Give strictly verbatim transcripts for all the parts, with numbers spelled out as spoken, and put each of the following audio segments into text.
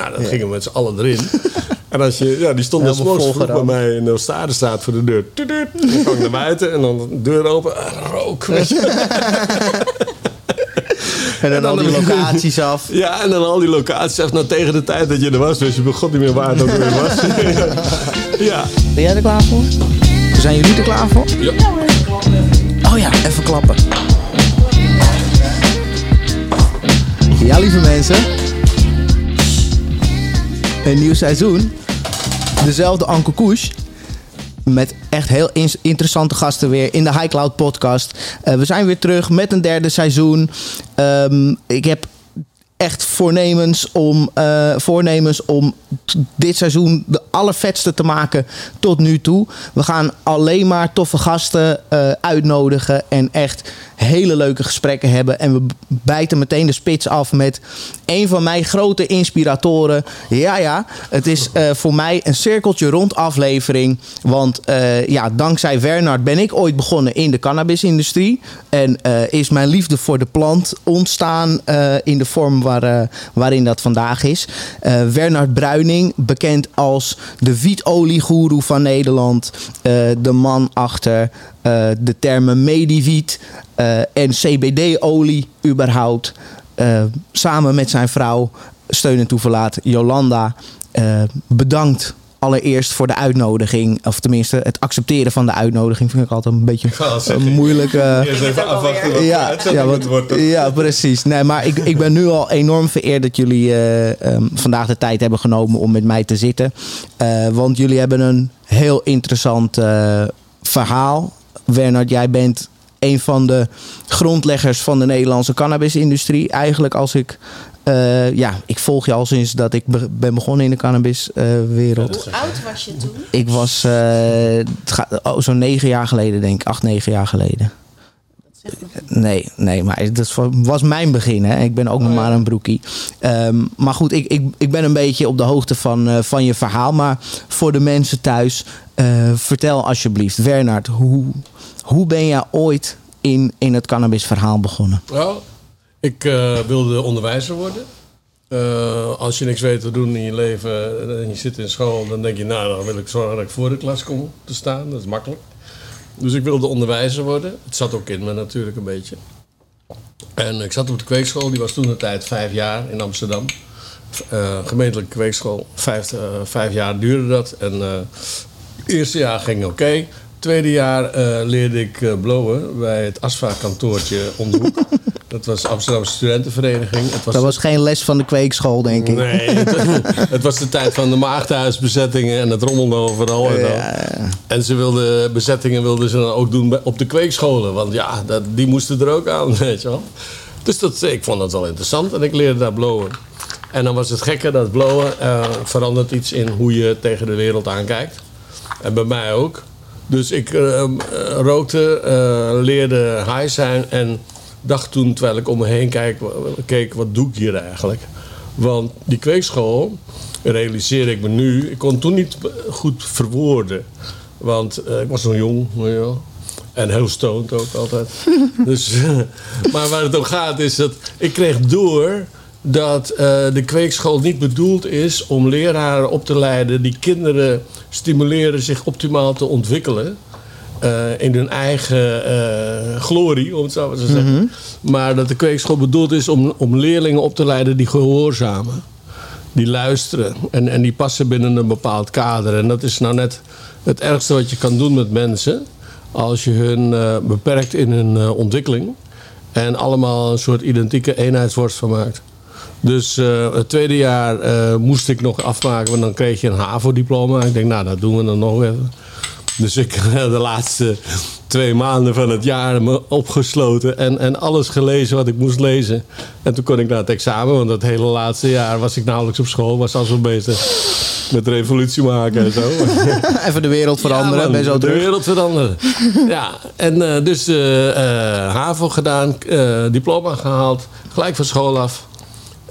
Nou, dan ja. gingen we met z'n allen erin. En als je, ja, die stond dus morgens vroeg bij mij in de Oostvaardersstraat voor de deur. Dan kwam ik naar buiten en dan de deur open. Rook, weet je. En dan, en dan al die locaties af. Ja, en dan al die locaties af. Nou, tegen de tijd dat je er was, dus je begon niet meer waar het ook weer was. Ja. Ben jij er klaar voor? Zijn jullie er klaar voor? Ja. Oh ja, even klappen. Ja, lieve mensen. Een nieuw seizoen. Dezelfde Anke Koes. Met echt heel interessante gasten weer in de High Cloud podcast. Uh, we zijn weer terug met een derde seizoen. Um, ik heb echt voornemens om, uh, voornemens om t- dit seizoen de allervetste te maken tot nu toe. We gaan alleen maar toffe gasten uh, uitnodigen en echt hele leuke gesprekken hebben. En we bijten meteen de spits af met een van mijn grote inspiratoren. Ja, ja, het is uh, voor mij een cirkeltje rond aflevering. Want uh, ja, dankzij Wernard ben ik ooit begonnen in de cannabisindustrie. En uh, is mijn liefde voor de plant ontstaan uh, in de vorm waar, uh, waarin dat vandaag is. Uh, Wernard Bruining, bekend als de wietoliegoeroe van Nederland. Uh, de man achter uh, de termen Mediviet uh, en C B D-olie überhaupt. Uh, samen met zijn vrouw, steun en toeverlaat Jolanda. Uh, bedankt allereerst voor de uitnodiging. Of tenminste, het accepteren van de uitnodiging vind ik altijd een beetje uh, moeilijk. Uh, Eerst even afwachten wat ja, ja, wat, wordt. Ja, precies. Nee, maar ik, ik ben nu al enorm vereerd dat jullie uh, um, vandaag de tijd hebben genomen om met mij te zitten. Uh, want jullie hebben een heel interessant uh, verhaal. Wernard, jij bent een van de grondleggers van de Nederlandse cannabisindustrie. Eigenlijk als ik... Uh, ja, ik volg je al sinds dat ik be- ben begonnen in de cannabiswereld. Uh, Hoe oud was je toen? Ik was uh, het gaat, oh, zo'n negen jaar geleden, denk ik. Acht, negen jaar geleden. Nee, nee, maar dat was mijn begin. Hè. Ik ben ook nog oh, ja. maar een broekie. Um, maar goed, ik, ik, ik ben een beetje op de hoogte van, uh, van je verhaal. Maar voor de mensen thuis, uh, vertel alsjeblieft. Wernard, hoe, hoe ben jij ooit in, in het cannabisverhaal begonnen? Nou, ik uh, wilde onderwijzer worden. Uh, als je niks weet te doen in je leven en je zit in school, dan denk je, nou, dan wil ik zorgen dat ik voor de klas kom te staan. Dat is makkelijk. Dus ik wilde onderwijzer worden. Het zat ook in me natuurlijk een beetje. En ik zat op de kweekschool, die was toen de tijd vijf jaar in Amsterdam. Uh, gemeentelijke kweekschool, vijf, uh, vijf jaar duurde dat. En uh, het eerste jaar ging oké. Okay. Tweede jaar uh, leerde ik uh, blowen bij het ASFA-kantoortje om de hoek. Dat was de Amsterdamse Studentenvereniging. Het was dat was geen les van de kweekschool, denk ik. Nee, het, het was de tijd van de maagdhuisbezettingen en het rommelde overal. En, ja. en ze wilden, bezettingen wilden ze dan ook doen op de kweekscholen. Want ja, dat, die moesten er ook aan, weet je wel. Dus dat, ik vond dat wel interessant en ik leerde daar blowen. En dan was het gekke dat blowen uh, verandert iets in hoe je tegen de wereld aankijkt. En bij mij ook. Dus ik uh, rookte, uh, leerde high zijn en dacht toen, terwijl ik om me heen kijk, keek, wat doe ik hier eigenlijk? Want die kweekschool, realiseerde ik me nu, ik kon toen niet goed verwoorden. Want uh, ik was nog jong, ja, en heel stoned ook altijd. Dus, uh, maar waar het om gaat is dat ik kreeg door dat uh, de kweekschool niet bedoeld is om leraren op te leiden die kinderen stimuleren zich optimaal te ontwikkelen. Uh, in hun eigen uh, glorie, om het zo maar te zeggen. Mm-hmm. Maar dat de kweekschool bedoeld is om, om leerlingen op te leiden die gehoorzamen. Die luisteren en, en die passen binnen een bepaald kader. En dat is nou net het ergste wat je kan doen met mensen. Als je hun uh, beperkt in hun uh, ontwikkeling. En allemaal een soort identieke eenheidsworst van maakt. Dus uh, het tweede jaar uh, moest ik nog afmaken. Want dan kreeg je een HAVO-diploma. Ik denk, nou, dat doen we dan nog even. Dus ik heb de laatste twee maanden van het jaar me opgesloten en, en alles gelezen wat ik moest lezen. En toen kon ik naar het examen, want dat hele laatste jaar was ik nauwelijks op school. Was al zo bezig met revolutie maken en zo. Even de wereld veranderen. Ja, man, ben zo de terug. wereld veranderen. Ja, en uh, dus uh, uh, HAVO gedaan, uh, diploma gehaald, gelijk van school af.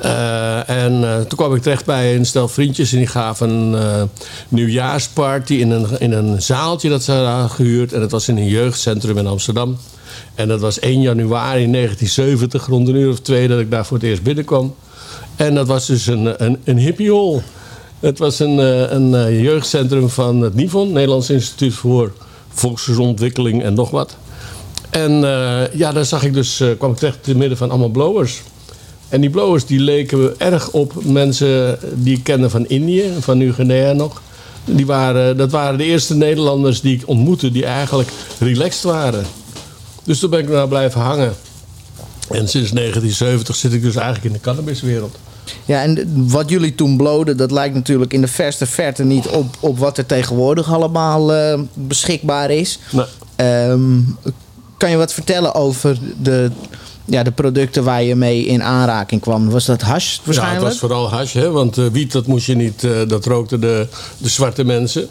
Uh, en uh, toen kwam ik terecht bij een stel vriendjes en die gaven een uh, nieuwjaarsparty in een, in een zaaltje dat ze hadden gehuurd. En dat was in een jeugdcentrum in Amsterdam. En dat was één januari negentien zeventig, rond een uur of twee dat ik daar voor het eerst binnenkwam. En dat was dus een, een, een hippiehol. Het was een, een, een jeugdcentrum van het NIVON, Nederlands Instituut voor Volksgezondontwikkeling en nog wat. En uh, ja, daar zag ik dus, uh, kwam ik terecht in het midden van allemaal blowers. En die blowers die leken erg op mensen die ik kende van Indië, van Nieuw-Guinea nog. Die waren, dat waren de eerste Nederlanders die ik ontmoette die eigenlijk relaxed waren. Dus toen ben ik nou blijven hangen. En sinds negentien zeventig zit ik dus eigenlijk in de cannabiswereld. Ja, en wat jullie toen blowden, dat lijkt natuurlijk in de verste verte niet op, op wat er tegenwoordig allemaal uh, beschikbaar is. Nee. Um, kan je wat vertellen over de, ja, de producten waar je mee in aanraking kwam? Was dat hash waarschijnlijk? Ja, het was vooral hash, hè? Want uh, wiet dat moest je niet, uh, dat rookten de, de zwarte mensen.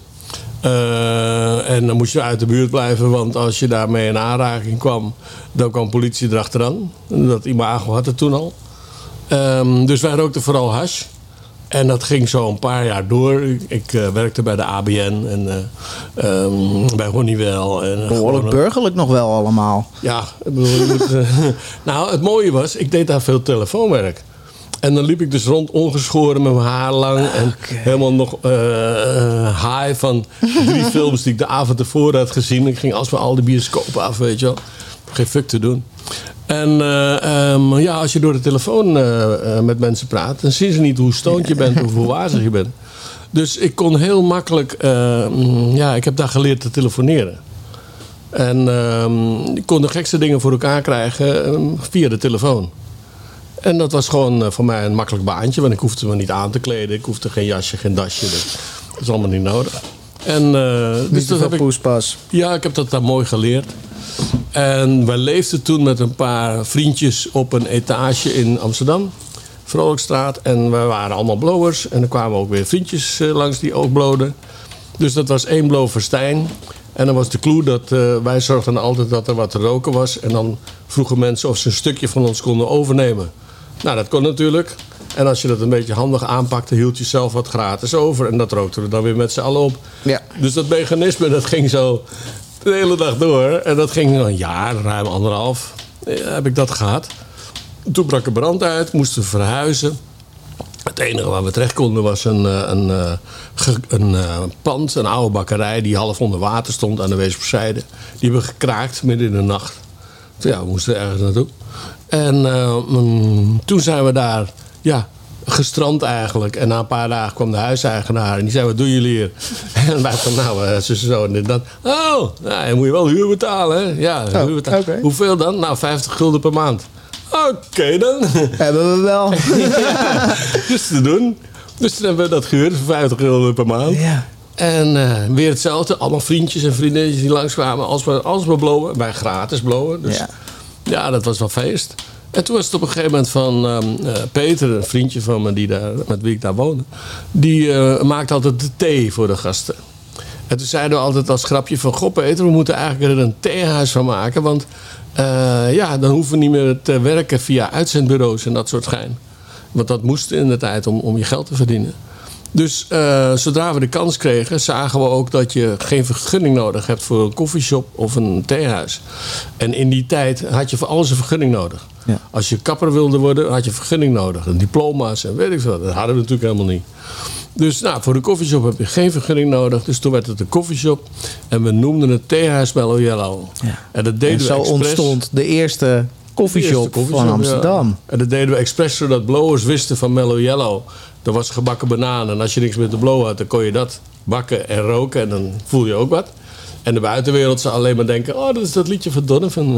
Uh, en dan moest je uit de buurt blijven, want als je daarmee in aanraking kwam, dan kwam politie erachteraan. Dat imago had het toen al. Um, dus wij rookten vooral hash. En dat ging zo een paar jaar door. Ik uh, werkte bij de A B N en uh, um, bij Honeywell. En, uh, Behoorlijk gewoon, burgerlijk nog wel allemaal. Ja, ik bedoel, je moet, uh, nou, het mooie was, ik deed daar veel telefoonwerk. En dan liep ik dus rond ongeschoren met mijn haar lang. En okay. helemaal nog uh, uh, high van drie films die ik de avond ervoor had gezien. Ik ging alsmaar al de bioscopen af, weet je wel. Geen fuck te doen. En uh, um, ja, als je door de telefoon uh, uh, met mensen praat, dan zien ze niet hoe stoned je bent of hoe wazig je bent. Dus ik kon heel makkelijk, uh, ja, ik heb daar geleerd te telefoneren. En uh, ik kon de gekste dingen voor elkaar krijgen uh, via de telefoon. En dat was gewoon uh, voor mij een makkelijk baantje, want ik hoefde me niet aan te kleden. Ik hoefde geen jasje, geen dasje. Dat is allemaal niet nodig. En, uh, dus dat heb ik, poespas. Ja, ik heb dat daar mooi geleerd. En wij leefden toen met een paar vriendjes op een etage in Amsterdam, Vrolijkstraat. En we waren allemaal blowers. En er kwamen ook weer vriendjes uh, langs die ook blowden. Dus dat was één blow voor Stijn. En dan was de clue dat uh, wij zorgden altijd dat er wat te roken was. En dan vroegen mensen of ze een stukje van ons konden overnemen. Nou, dat kon natuurlijk. En als je dat een beetje handig aanpakte, hield je zelf wat gratis over. En dat rookten we dan weer met z'n allen op. Ja. Dus dat mechanisme, dat ging zo de hele dag door. En dat ging een jaar, ruim anderhalf, ja, heb ik dat gehad. Toen brak er brand uit, moesten we verhuizen. Het enige waar we terecht konden was een, een, een, een, een pand, een oude bakkerij die half onder water stond aan de Weesperzijde. Die hebben we gekraakt midden in de nacht. Ja, we moesten ergens naartoe. En uh, toen zijn we daar, ja, gestrand eigenlijk. En na een paar dagen kwam de huiseigenaar en die zei, wat doen jullie hier? En wij van, nou, uh, zo, zo en dit dan. Oh, nou, dan moet je wel huur betalen, hè? Ja, oh, huur betalen. Okay. Hoeveel dan? Nou, vijftig gulden per maand. Oké okay, dan. Hebben we wel. Ja, dus te doen. Dus toen hebben we dat gehuurd voor vijftig gulden per maand. Ja. En uh, weer hetzelfde. Allemaal vriendjes en vriendinnetjes die langskwamen. Als we, als we blowen. Wij gratis blowen. Dus ja. ja, dat was wel feest. En toen was het op een gegeven moment van um, uh, Peter, een vriendje van me die daar, met wie ik daar woonde. Die uh, maakte altijd de thee voor de gasten. En toen zeiden we altijd als grapje van, goh Peter, we moeten eigenlijk er een theehuis van maken. Want uh, ja, dan hoeven we niet meer te werken via uitzendbureaus en dat soort schijn. Want dat moest in de tijd om, om je geld te verdienen. Dus uh, zodra we de kans kregen, zagen we ook dat je geen vergunning nodig hebt voor een koffieshop of een theehuis. En in die tijd had je voor alles een vergunning nodig. Ja. Als je kapper wilde worden, had je vergunning nodig. En diploma's en weet ik veel. Dat hadden we natuurlijk helemaal niet. Dus nou, voor de koffieshop heb je geen vergunning nodig. Dus toen werd het een koffieshop. En we noemden het theehuis Mellow Yellow. Ja. En dat deden en zo we expres. ontstond de eerste koffieshop van Amsterdam. Ja. En dat deden we expres zodat blowers wisten van Mellow Yellow. Er was gebakken banaan. En als je niks met de blow had, dan kon je dat bakken en roken. En dan voel je ook wat. En de buitenwereld zou alleen maar denken, oh, dat is dat liedje van Donovan.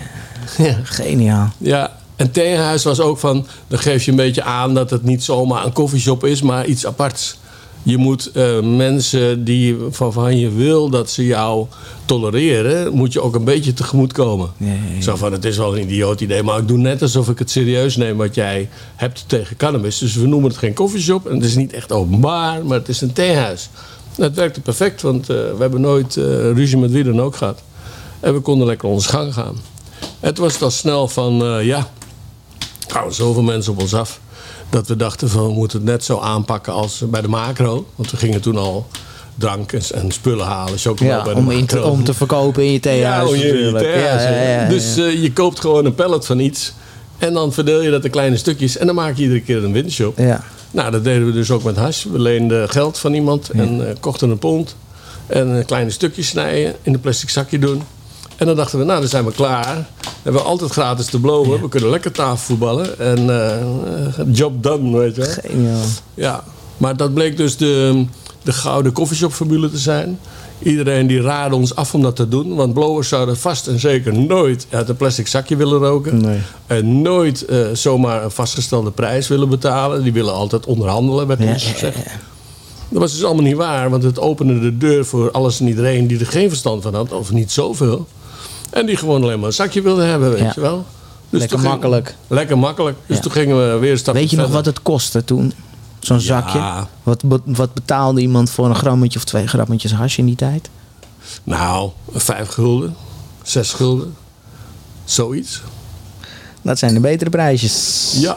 Ja. Geniaal. Ja. En theehuis was ook van, dan geef je een beetje aan dat het niet zomaar een koffieshop is, maar iets aparts. Je moet uh, mensen die van, van je wil dat ze jou tolereren, moet je ook een beetje tegemoet komen. Ja, ja, ja. Zo van, het is wel een idioot idee, maar ik doe net alsof ik het serieus neem wat jij hebt tegen cannabis. Dus we noemen het geen koffieshop en het is niet echt openbaar, maar het is een theehuis. Het werkte perfect, want uh, we hebben nooit uh, ruzie met wie dan ook gehad. En we konden lekker onze gang gaan. Het was dan snel van, uh, ja, gaan zoveel mensen op ons af. dat we dachten van we moeten het net zo aanpakken als bij de Macro. Want we gingen toen al drank en, en spullen halen. Chocola Ja, bij de om, in Macro. te, om te verkopen in je theehuis. Ja, om je, in je natuurlijk. theehuis, Ja, ja, ja, ja. Dus uh, je koopt gewoon een pallet van iets. En dan verdeel je dat in kleine stukjes. En dan maak je iedere keer een wintershop. Ja. Nou, dat deden we dus ook met hash. We leenden geld van iemand en uh, kochten een pond. En uh, kleine stukjes snijden, in een plastic zakje doen. En dan dachten we, nou, dan zijn we klaar. Dan hebben we altijd gratis te blowen. Ja. We kunnen lekker tafelvoetballen. En uh, job done, weet je wel. Geniaal. Ja, maar dat bleek dus de, de gouden koffieshop-formule te zijn. Iedereen die raadde ons af om dat te doen. Want blowers zouden vast en zeker nooit uit een plastic zakje willen roken. Nee. En nooit uh, zomaar een vastgestelde prijs willen betalen. Die willen altijd onderhandelen, werd ons gezegd. Ja, ja, ja. Dat was dus allemaal niet waar. Want het opende de deur voor alles en iedereen die er geen verstand van had. Of niet zoveel. En die gewoon alleen maar een zakje wilden hebben, weet ja. je wel. Dus lekker makkelijk. Ging, lekker makkelijk. Dus ja. toen gingen we weer een stapje Weet je verder. nog wat het kostte toen? Zo'n ja. zakje? Wat, wat betaalde iemand voor een grammetje of twee grammetjes hash in die tijd? Nou, vijf gulden. Zes gulden. Zoiets. Dat zijn de betere prijsjes. Ja.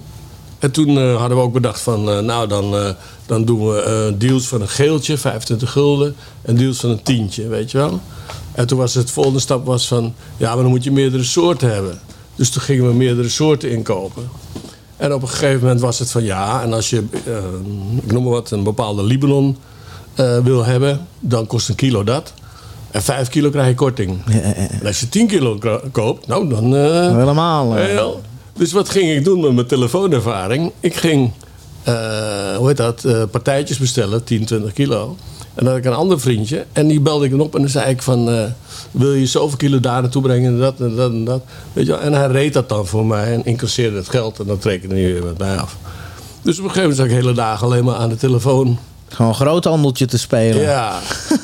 En toen uh, hadden we ook bedacht van... Uh, nou, dan, uh, dan doen we uh, deals van een geeltje, vijfentwintig gulden. En deals van een tientje, weet je wel. En toen was het volgende stap was van... ja, maar dan moet je meerdere soorten hebben. Dus toen gingen we meerdere soorten inkopen. En op een gegeven moment was het van ja... en als je, uh, ik noem maar wat, een bepaalde Libanon uh, wil hebben... dan kost een kilo dat. En vijf kilo krijg je korting. Ja, ja, ja. En als je tien kilo k- koopt, nou dan... Uh, Helemaal. Uh. Heel. Dus wat ging ik doen met mijn telefoonervaring? Ik ging, uh, hoe heet dat, uh, partijtjes bestellen, tien, twintig kilo... En dan had ik een ander vriendje. En die belde ik dan op en dan zei ik van... Uh, wil je zoveel kilo daar naartoe brengen en dat en dat en dat. Weet je wel? En hij reed dat dan voor mij en incasseerde het geld. En dat rekende hij weer met mij af. Dus op een gegeven moment zat ik hele dagen alleen maar aan de telefoon. Gewoon een groothandeltje te spelen. Ja.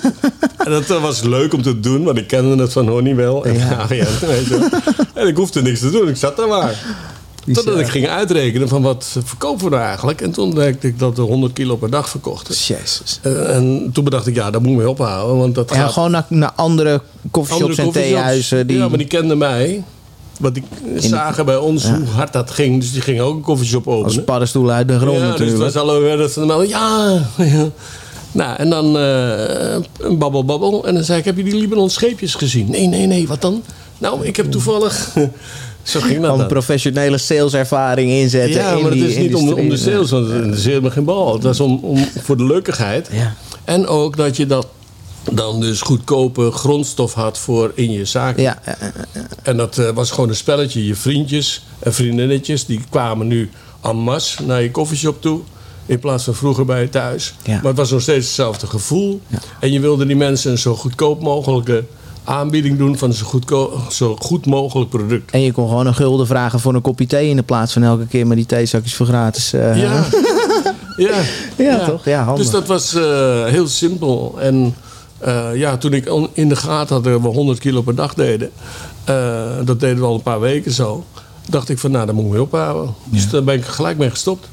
En dat was leuk om te doen. Want ik kende het van Honeywell en ja. A G N. Weet je wel. En ik hoefde niks te doen. Ik zat daar maar. Totdat ik ging uitrekenen van wat verkopen we nou eigenlijk. En toen ontdekte ik dat we honderd kilo per dag verkochten. Jezus. Uh, en toen bedacht ik, ja, daar moet ik mee ophouden. Want dat ja, gaat... gewoon naar, naar andere coffeeshops en theehuizen. Die... Ja, maar die kenden mij. Want die zagen bij ons ja. hoe hard dat ging. Dus die gingen ook een koffieshop openen. Als paddenstoelen uit de grond ja, natuurlijk. Dus dat was alweer dat ze dan melden, ja, ja. Nou, en dan uh, een babbel, babbel. En dan zei ik, heb je die Libanon scheepjes gezien? Nee, nee, nee, wat dan? Nou, ik heb toevallig... Zo ging dat Al een professionele saleservaring inzetten. Ja, in maar het die is niet om, om de sales, want het interesseert me geen bal. Het was om, om, voor de leukigheid. Ja. En ook dat je dat dan dus goedkope grondstof had voor in je zaak. Ja, ja, ja, ja. En dat uh, was gewoon een spelletje. Je vriendjes en vriendinnetjes, die kwamen nu en masse naar je koffieshop toe. In plaats van vroeger bij je thuis. Ja. Maar het was nog steeds hetzelfde gevoel. Ja. En je wilde die mensen een zo goedkoop mogelijke... aanbieding doen van een zo, goedko- zo goed mogelijk product. En je kon gewoon een gulden vragen voor een kopje thee... in de plaats van elke keer maar die theezakjes voor gratis. Uh, ja. ja. ja. Ja, toch? Ja, handig. Dus dat was uh, heel simpel. En uh, ja, toen ik on- in de gaten had dat we honderd kilo per dag deden... Uh, dat deden we al een paar weken zo... dacht ik van, nou, daar moet ik mee ophouden. Dus ja. daar ben ik gelijk mee gestopt.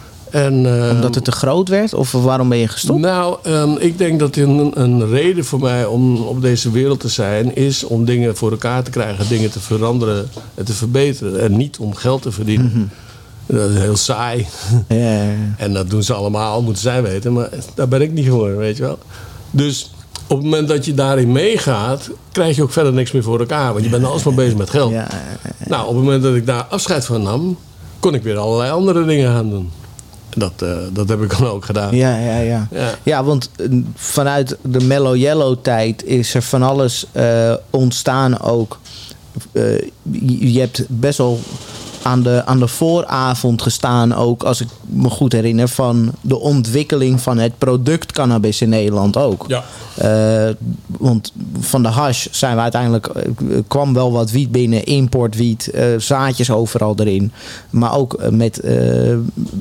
En, uh, Omdat het te groot werd? Of waarom ben je gestopt? Nou, um, ik denk dat een, een reden voor mij om op deze wereld te zijn... is om dingen voor elkaar te krijgen, dingen te veranderen en te verbeteren. En niet om geld te verdienen. Mm-hmm. Dat is heel saai. Ja, ja, ja. En dat doen ze allemaal, moeten zij weten. Maar daar ben ik niet voor, weet je wel. Dus op het moment dat je daarin meegaat... krijg je ook verder niks meer voor elkaar. Want je bent alsmaar bezig met geld. Ja, ja, ja. Nou, op het moment dat ik daar afscheid van nam... kon ik weer allerlei andere dingen gaan doen. Dat, uh, dat heb ik dan ook gedaan. Ja, ja, ja. Ja. ja want uh, vanuit de Mellow Yellow tijd is er van alles uh, ontstaan ook. Uh, je, je hebt best wel aan de, aan de vooravond gestaan ook, als ik me goed herinner, van de ontwikkeling van het product cannabis in Nederland ook. Ja. Uh, want van de hash zijn we uiteindelijk, uh, kwam wel wat wiet binnen, importwiet, uh, zaadjes overal erin. Maar ook uh, met, uh,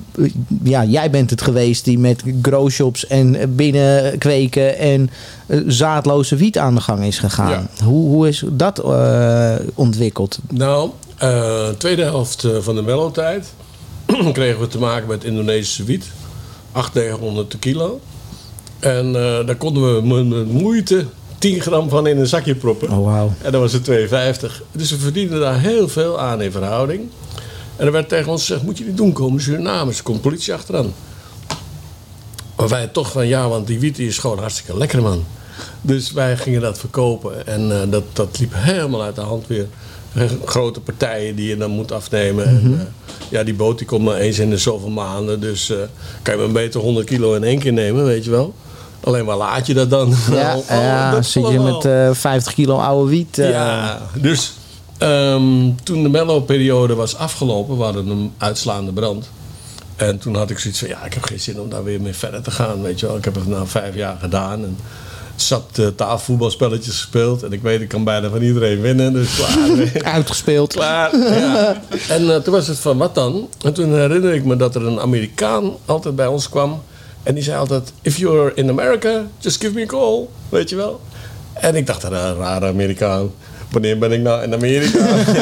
ja, jij bent het geweest die met growshops en binnen kweken en uh, zaadloze wiet aan de gang is gegaan. Ja. Hoe, hoe is dat uh, ontwikkeld? Nou, uh, tweede helft van de Mellow-tijd kregen we te maken met Indonesische wiet. achthonderd, negenhonderd kilo. En uh, daar konden we met moeite tien gram van in een zakje proppen. Oh, wow. En dan was het twee vijftig. Dus we verdienden daar heel veel aan in verhouding. En er werd tegen ons gezegd, moet je niet doen, komen Surinamers. Er komt politie achteraan. Maar wij toch van, ja, want die wiet die is gewoon hartstikke lekker, man. Dus wij gingen dat verkopen. En uh, dat, dat liep helemaal uit de hand weer. Grote partijen die je dan moet afnemen. Mm-hmm. En, uh, ja, die boot die komt maar eens in de zoveel maanden. Dus uh, kan je maar beter honderd kilo in één keer nemen, weet je wel. Alleen waar laat je dat dan? Ja, oh, ja dan zit je met uh, vijftig kilo oude wiet. Uh. Ja, dus um, toen de mellow-periode was afgelopen, we hadden een uitslaande brand. En toen had ik zoiets van, ja, ik heb geen zin om daar weer mee verder te gaan, weet je wel. Ik heb het nou vijf jaar gedaan en zat uh, tafelvoetbalspelletjes gespeeld. En ik weet, ik kan bijna van iedereen winnen, dus klaar. Uitgespeeld. Klaar, ja. En uh, toen was het van, wat dan? En toen herinner ik me dat er een Amerikaan altijd bij ons kwam. En die zei altijd, if you're in America, just give me a call. Weet je wel? En ik dacht, een rare Amerikaan. Wanneer ben ik nou in Amerika?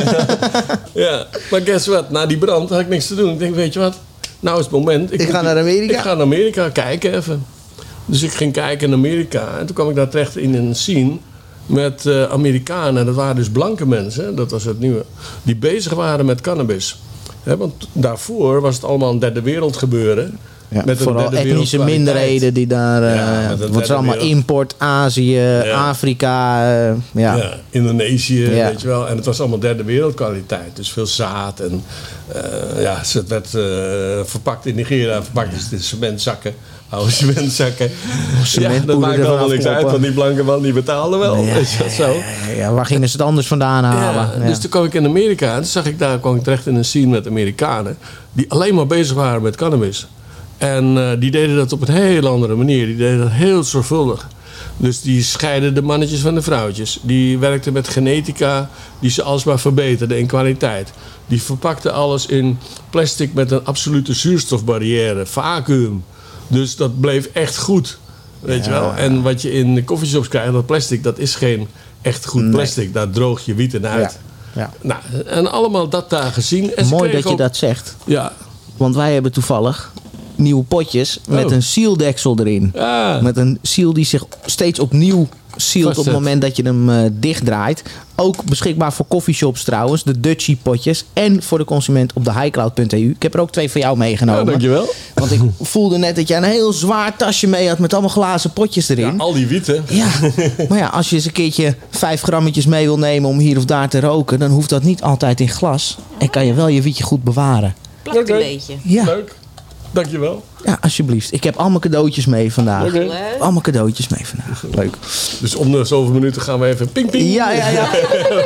Ja, maar guess what? Na die brand had ik niks te doen. Ik denk, weet je wat? Nou is het moment. Ik, ik ga naar Amerika? Ik ga naar Amerika kijken even. Dus ik ging kijken in Amerika. En toen kwam ik daar terecht in een scene met uh, Amerikanen. En dat waren dus blanke mensen, dat was het nieuwe. Die bezig waren met cannabis. He, want daarvoor was het allemaal een derde wereld gebeuren. Ja, met vooral etnische minderheden die daar... Uh, ja, wat is allemaal wereld. Import, Azië, ja. Afrika. Uh, ja. ja, Indonesië, ja. Weet je wel. En het was allemaal derde wereldkwaliteit. Dus veel zaad. En uh, ja, het werd uh, verpakt in Nigeria. Verpakt is in cementzakken. Oude cementzakken. Ja, dat maakt allemaal niks uit. Want die blanke man die betaalde wel. Ja, is dat zo? Ja, ja, ja. Waar gingen ze het anders vandaan halen? Ja, ja. Dus toen kwam ik in Amerika. En toen zag ik daar, kwam ik terecht in een scene met Amerikanen. Die alleen maar bezig waren met cannabis. En uh, die deden dat op een heel andere manier. Die deden dat heel zorgvuldig. Dus die scheiden de mannetjes van de vrouwtjes. Die werkten met genetica die ze alsmaar verbeterden in kwaliteit. Die verpakten alles in plastic met een absolute zuurstofbarrière. Vacuüm. Dus dat bleef echt goed. Weet ja. je wel? En wat je in de coffeeshops krijgt, dat plastic, dat is geen echt goed plastic. Nee. Daar droog je wiet in uit. Ja. Ja. Nou, en allemaal dat daar gezien. En mooi dat ook... je dat zegt. Ja. Want wij hebben toevallig nieuwe potjes met oh. een sealdeksel erin. Ah. Met een seal die zich steeds opnieuw sealt op het moment dat je hem uh, dichtdraait. Ook beschikbaar voor coffeeshops trouwens. De Dutchie potjes. En voor de consument op de highcloud punt e u. Ik heb er ook twee van jou meegenomen. Ja, dankjewel. Want ik voelde net dat jij een heel zwaar tasje mee had met allemaal glazen potjes erin. Ja, al die witte. Ja, maar ja, als je eens een keertje vijf grammetjes mee wil nemen om hier of daar te roken, dan hoeft dat niet altijd in glas. En kan je wel je wietje goed bewaren. Plakt okay. een beetje. Ja. Leuk. Dankjewel. Ja, alsjeblieft. Ik heb allemaal cadeautjes mee vandaag. Okay. Allemaal cadeautjes mee vandaag. Leuk. Dus om de zoveel minuten gaan we even ping ping. Ja, ja, ja.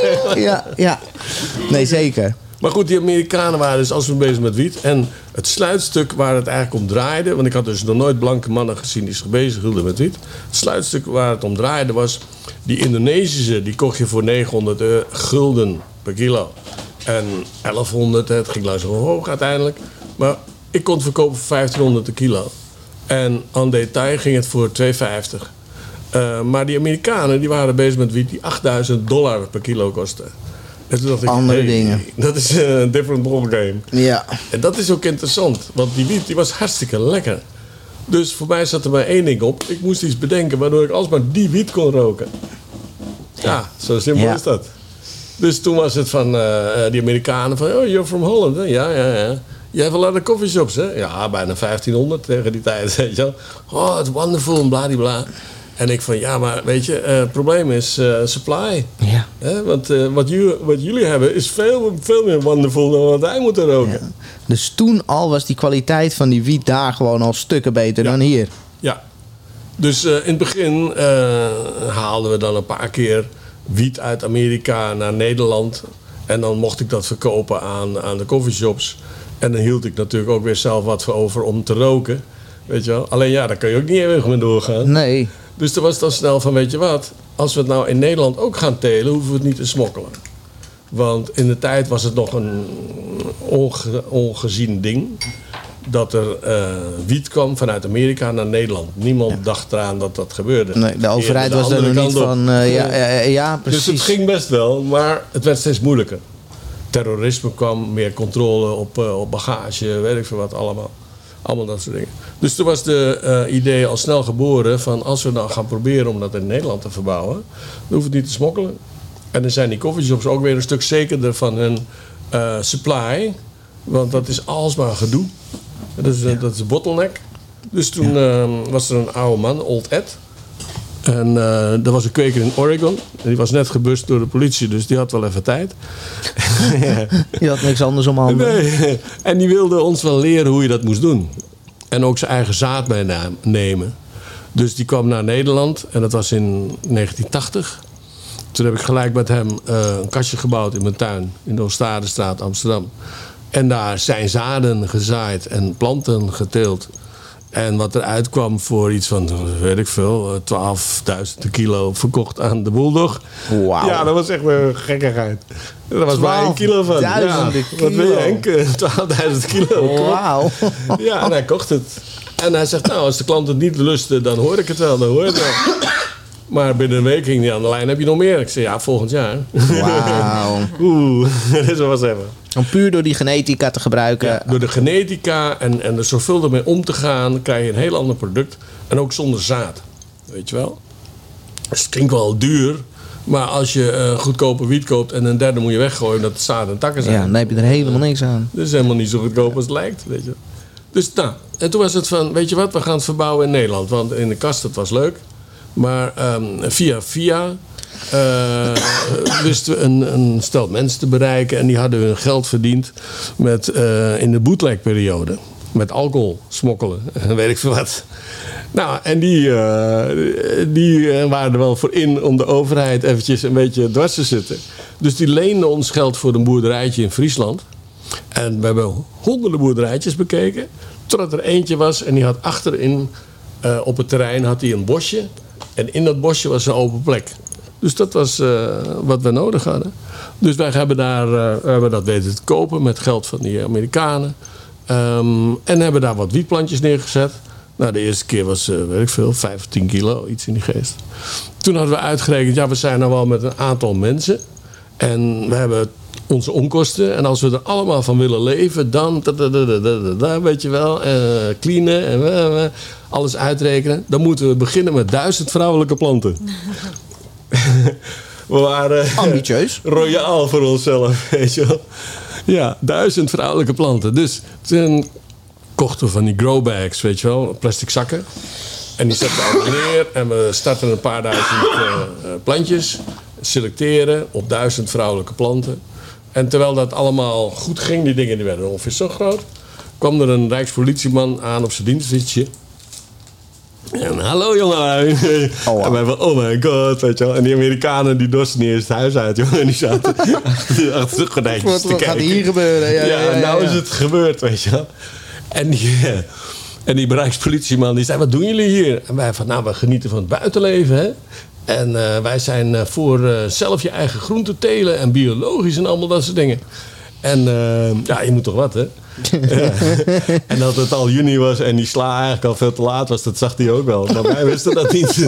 ja, ja. Nee, zeker. Maar goed, die Amerikanen waren dus als we bezig met wiet. En het sluitstuk waar het eigenlijk om draaide, want ik had dus nog nooit blanke mannen gezien die zich bezig hielden met wiet. Het sluitstuk waar het om draaide was, die Indonesische, die kocht je voor negenhonderd gulden per kilo. En elfhonderd, het ging langzaam omhoog uiteindelijk. Maar ik kon het verkopen voor vijftienhonderd een kilo. En aan detail ging het voor twee vijftig. Uh, maar die Amerikanen die waren bezig met wiet die achtduizend dollar per kilo kostte. En toen dacht ik, andere hey, dingen. Dat is een different ballgame. Ja. En dat is ook interessant. Want die wiet die was hartstikke lekker. Dus voor mij zat er maar één ding op. Ik moest iets bedenken waardoor ik alsmaar die wiet kon roken. Ja, zo simpel ja. is dat. Dus toen was het van uh, die Amerikanen van, oh, you're from Holland. Hè? Ja, ja, ja. Je hebt wel aan de coffeeshops, hè? Ja, bijna vijftienhonderd tegen die tijd, weet je wel. Oh, it's wonderful en bladibla. En ik van, ja, maar weet je, uh, het probleem is uh, supply. Ja. Hè? Want uh, wat, jullie, wat jullie hebben is veel, veel meer wonderful dan wat wij moeten roken. Ja. Dus toen al was die kwaliteit van die wiet daar gewoon al stukken beter ja. dan hier. Ja. Dus uh, in het begin uh, haalden we dan een paar keer wiet uit Amerika naar Nederland. En dan mocht ik dat verkopen aan, aan de coffeeshops. En dan hield ik natuurlijk ook weer zelf wat voor over om te roken. Weet je wel? Alleen ja, daar kun je ook niet eeuwig mee doorgaan. Nee. Dus er was dan snel van, weet je wat, als we het nou in Nederland ook gaan telen, hoeven we het niet te smokkelen. Want in de tijd was het nog een onge, ongezien ding. Dat er uh, wiet kwam vanuit Amerika naar Nederland. Niemand ja. dacht eraan dat dat gebeurde. Nee, de overheid de was er nog niet van. Uh, ja, ja, ja, ja, precies. Dus het ging best wel, maar het werd steeds moeilijker. Terrorisme kwam, meer controle op, uh, op bagage, weet ik veel wat allemaal. Allemaal dat soort dingen. Dus toen was de uh, idee al snel geboren van als we nou gaan proberen om dat in Nederland te verbouwen, dan hoeven we het niet te smokkelen. En dan zijn die coffeeshops ook weer een stuk zekerder van hun uh, supply. Want dat is alsmaar gedoe. Dat is, dat is een bottleneck. Dus toen uh, was er een oude man, Old Ed. En uh, er was een kweker in Oregon. En die was net gebust door de politie, dus die had wel even tijd. Die had niks anders om handen. Nee. En die wilde ons wel leren hoe je dat moest doen. En ook zijn eigen zaad meenemen. Dus die kwam naar Nederland. En dat was in negentien tachtig. Toen heb ik gelijk met hem uh, een kastje gebouwd in mijn tuin. In de Oostadestraat, Amsterdam. En daar zijn zaden gezaaid en planten geteeld. En wat eruit kwam voor iets van, weet ik veel, twaalfduizend kilo verkocht aan de Bulldog. Wauw. Ja, dat was echt een gekkigheid. Daar was maar één kilo van. Ja, wat wil je, Henk? twaalfduizend kilo. Wauw. Ja, en hij kocht het. En hij zegt, nou, als de klant het niet lusten, dan hoor ik het wel, dan hoor je het wel. Maar binnen een week ging hij aan de lijn, heb je nog meer? Ik zei, ja, volgend jaar. Wauw. Oeh, dat is wel wat even. Om puur door die genetica te gebruiken. Ja, door de genetica en, en er zorgvuldig mee om te gaan, krijg je een heel ander product. En ook zonder zaad. Weet je wel? Dus het klinkt wel duur. Maar als je uh, goedkope wiet koopt en een derde moet je weggooien omdat het zaad en takken zijn. Ja, dan heb je er helemaal niks aan. Dat is helemaal niet zo goedkoop als het lijkt. Weet je. Dus nou, en toen was het van, weet je wat, we gaan het verbouwen in Nederland. Want in de kast, het was leuk. Maar um, via via uh, wisten we een, een stel mensen te bereiken. En die hadden hun geld verdiend met, uh, in de bootlegperiode. Met alcohol smokkelen en weet ik veel wat. Nou, en die, uh, die waren er wel voor in om de overheid eventjes een beetje dwars te zitten. Dus die leenden ons geld voor een boerderijtje in Friesland. En we hebben honderden boerderijtjes bekeken. Totdat er eentje was en die had achterin uh, op het terrein had hij een bosje. En in dat bosje was een open plek. Dus dat was uh, wat we nodig hadden. Dus wij hebben, daar, uh, hebben dat weten te kopen met geld van die Amerikanen. Um, en hebben daar wat wietplantjes neergezet. Nou, de eerste keer was, uh, weet ik veel, vijf of tien kilo, iets in die geest. Toen hadden we uitgerekend, ja, we zijn nou wel met een aantal mensen. En we hebben onze onkosten. En als we er allemaal van willen leven, dan, da, da, da, da, da, da, weet je wel, uh, cleanen en uh, alles uitrekenen. Dan moeten we beginnen met duizend vrouwelijke planten. We waren ambitieus. Royaal voor onszelf, weet je wel. Ja, duizend vrouwelijke planten. Dus toen kochten we van die growbags, weet je wel, plastic zakken. En die zetten we allemaal neer. En we starten een paar duizend uh, plantjes. Selecteren op duizend vrouwelijke planten. En terwijl dat allemaal goed ging, die dingen die werden ongeveer zo groot, kwam er een Rijkspolitieman aan op zijn dienstfietsje. En hallo jongen. Oh, wow. En wij van, oh my god, weet je wel. En die Amerikanen die dorsten niet eens het huis uit, jongen. En die zaten achter, achter de gordijntjes te kijken. Wat gaat hier gebeuren? Ja, ja, ja, ja, nou ja. Is het gebeurd, weet je wel. En die, en die Rijkspolitieman die zei, wat doen jullie hier? En wij van, nou, we genieten van het buitenleven, hè. En uh, wij zijn uh, voor uh, zelf je eigen groenten telen en biologisch en allemaal dat soort dingen. En uh, ja, je moet toch wat, hè? Ja. En dat het al juni was en die sla eigenlijk al veel te laat was, dat zag hij ook wel. Maar wij wisten dat niet.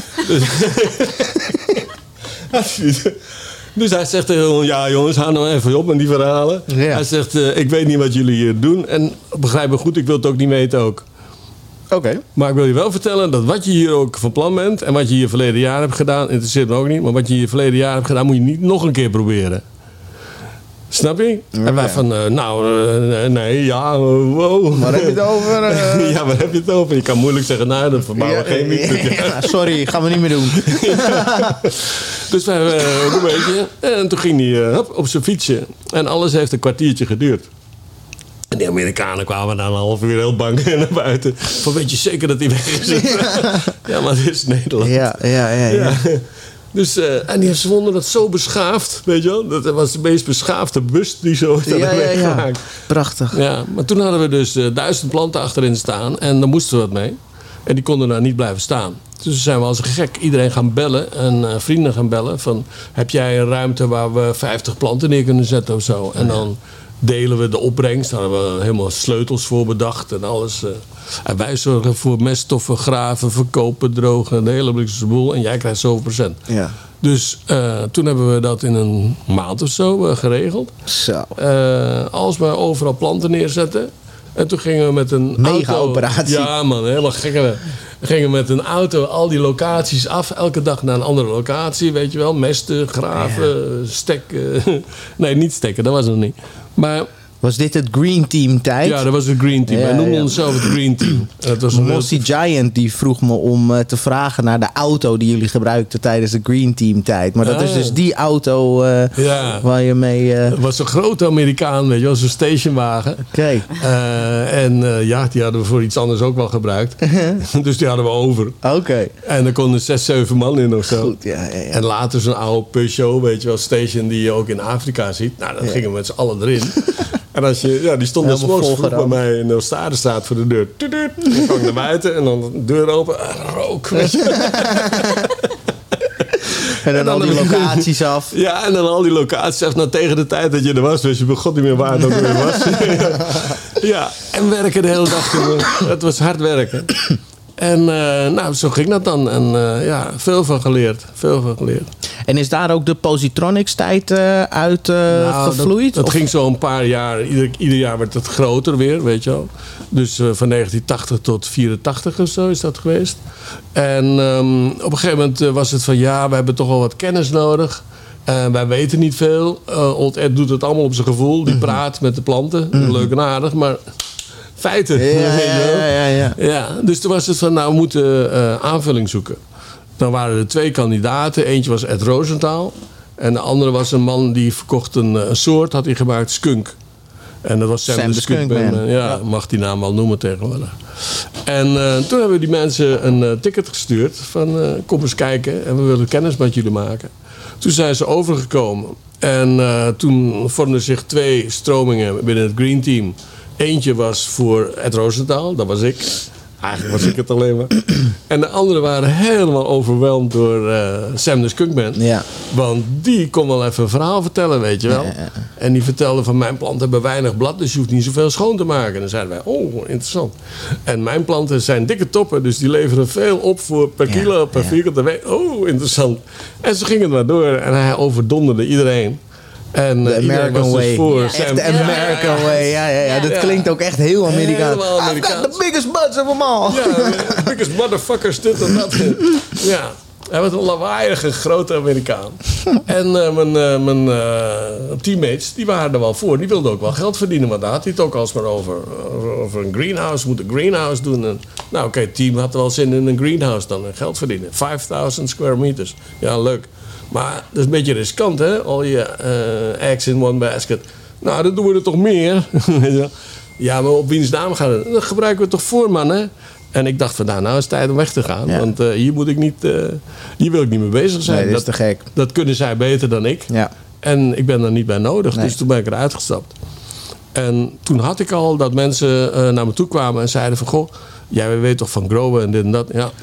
Dus, dus hij zegt tegen ja jongens, hou nou even op met die verhalen. Ja. Hij zegt, uh, ik weet niet wat jullie hier doen. En begrijp me goed, ik wil het ook niet weten ook. Oké. Okay. Maar ik wil je wel vertellen dat wat je hier ook van plan bent en wat je hier verleden jaar hebt gedaan, interesseert me ook niet. Maar wat je hier verleden jaar hebt gedaan, moet je niet nog een keer proberen. Snap je? Ja, en wij ja. van, uh, nou, uh, nee, ja, wow. Waar heb je het over? Uh... ja, waar heb je het over? Je kan moeilijk zeggen, nou, dat verbouwen ja, geen wiet. Ja, ja, sorry, gaan we niet meer doen. Ja. Dus wij, uh, een beetje. En toen ging hij uh, hop, op zijn fietsje. En alles heeft een kwartiertje geduurd. En die Amerikanen kwamen na een half uur heel bang naar buiten. Van, weet je zeker dat hij weg is? Ja, ja maar dit is Nederland. Ja, ja, ja. ja. ja. Dus, uh, en die vonden dat zo beschaafd, weet je wel. Dat was de meest beschaafde bus die zo ja, ja, ja. Prachtig. Ja, maar toen hadden we dus uh, duizend planten achterin staan. En daar moesten we wat mee. En die konden daar niet blijven staan. Dus zijn we als gek iedereen gaan bellen. En uh, vrienden gaan bellen. Van, heb jij een ruimte waar we vijftig planten neer kunnen zetten of zo? En dan delen we de opbrengst. Daar hebben we helemaal sleutels voor bedacht en alles. Uh, en wij zorgen voor meststoffen, graven, verkopen, drogen. De hele blikse boel. En jij krijgt zoveel procent. Ja. Dus uh, toen hebben we dat in een maand of zo uh, geregeld. Zo. Uh, alsmaar overal planten neerzetten. En toen gingen we met een mega-operatie. Ja man, helemaal gek. We gingen met een auto al die locaties af. Elke dag naar een andere locatie, weet je wel. Mesten, graven, ja. stekken. Nee, niet stekken, dat was het nog niet. Maar Was dit het Green Team tijd? Ja, dat was het Green Team. Ja, Wij noemden ja. onszelf het Green Team. En dat was een Mossy Giant die vroeg me om uh, te vragen naar de auto die jullie gebruikten tijdens de Green Team tijd. Maar dat Ah, is dus ja. die auto uh, Ja. waar je mee... Uh... Het was een grote Amerikaan, weet je wel, zo'n stationwagen. Oké. Okay. Uh, en uh, ja, die hadden we voor iets anders ook wel gebruikt. Dus die hadden we over. Oké. Okay. En er konden zes, zeven man in of zo. Goed, ja, ja, ja. En later zo'n oude Peugeot, weet je wel, station die je ook in Afrika ziet. Nou, dan Ja. gingen we met z'n allen erin. En als je, ja, die stond dus Helemaal morgens vroeg bij volgeramd. mij in de Oostvaardersstraat voor de deur. Tuut, tuut. Dan kwam ik naar buiten en dan de deur open. Ah, rook. Weet je. En dan, En dan al die heb ik- locaties af. Ja, en dan al die locaties. Echt, nou, tegen de tijd dat je er was, wist je bij God niet meer waar het ook weer was. Ja, en werken de hele dag. jongen. Het was hard werken. En uh, nou, zo ging dat dan. En uh, ja, veel van geleerd. Veel van geleerd. En is daar ook de Positronics tijd uh, uit uh, Nou, gevloeid? Dat, dat Of- ging zo een paar jaar. Ieder, ieder jaar werd het groter weer, weet je wel. Dus uh, van negentien tachtig tot vierentachtig of zo is dat geweest. En um, op een gegeven moment uh, was het van... ja, we hebben toch wel wat kennis nodig. Uh, wij weten niet veel. Uh, Old Ed doet het allemaal op zijn gevoel. Die praat met de planten. Mm-hmm. Leuk en aardig, maar... feiten. Ja, weet je wel. ja, ja, ja. Ja, dus toen was het van, nou, we moeten uh, aanvulling zoeken. Dan waren er twee kandidaten. Eentje was Ed Rosenthal. En de andere was een man die verkocht een, een soort, had hij gemaakt, skunk. En dat was Sam, Sam de de Skunk Skunk Man. Man. Ja, Ja. mag die naam wel noemen tegenwoordig. En uh, toen hebben we die mensen een uh, ticket gestuurd. Van, uh, kom eens kijken en we willen kennis met jullie maken. Toen zijn ze overgekomen. En uh, toen vormden zich twee stromingen binnen het Green Team. Eentje was voor Ed Rosenthal, dat was ik. Eigenlijk was ik het alleen maar. En de anderen waren helemaal overweldigd door uh, Sam de Skunkman. Ja. Want die kon wel even een verhaal vertellen, weet je wel. Ja, ja, ja. En die vertelde van mijn planten hebben weinig blad, dus je hoeft niet zoveel schoon te maken. En dan zeiden wij, oh, interessant. En mijn planten zijn dikke toppen, dus die leveren veel op voor per Ja, kilo, per ja. vierkante week. Oh, interessant. En zo ging het maar door en hij overdonderde iedereen. En De uh, iedereen American was dus way. voor Ja, Sam. echt de American Ja, ja, ja. way. Ja, ja, ja. Dat Ja. klinkt ook echt heel Amerikaans. Helemaal I've Amerikaans. got the biggest butts of them all. Ja, biggest motherfuckers, dit en dat. Ja, hij was een lawaaiige grote Amerikaan. En uh, mijn, uh, mijn uh, teammates, die waren er wel voor. Die wilden ook wel geld verdienen, maar daar had hij het ook alsmaar over. Over een greenhouse, moet een greenhouse doen. En, nou oké, okay, het team had wel zin in een greenhouse dan. En geld verdienen. vijfduizend square meters. Ja, leuk. Maar dat is een beetje riskant, hè? Al je uh, eggs in one basket. Nou, dan doen we er toch meer. Ja, maar op wiens naam gaan we? Dat gebruiken we toch voor, man, hè? En ik dacht van, nou, nou is het tijd om weg te gaan. Ja. Want uh, hier moet ik niet... Uh, hier wil ik niet mee bezig zijn. Nee, dat is dat, te gek. dat kunnen zij beter dan ik. Ja. En ik ben er niet bij nodig. Nee. Dus toen ben ik eruit gestapt. En toen had ik al dat mensen uh, naar me toe kwamen en zeiden van... Goh, jij weet toch van growen en dit en dat? Ja.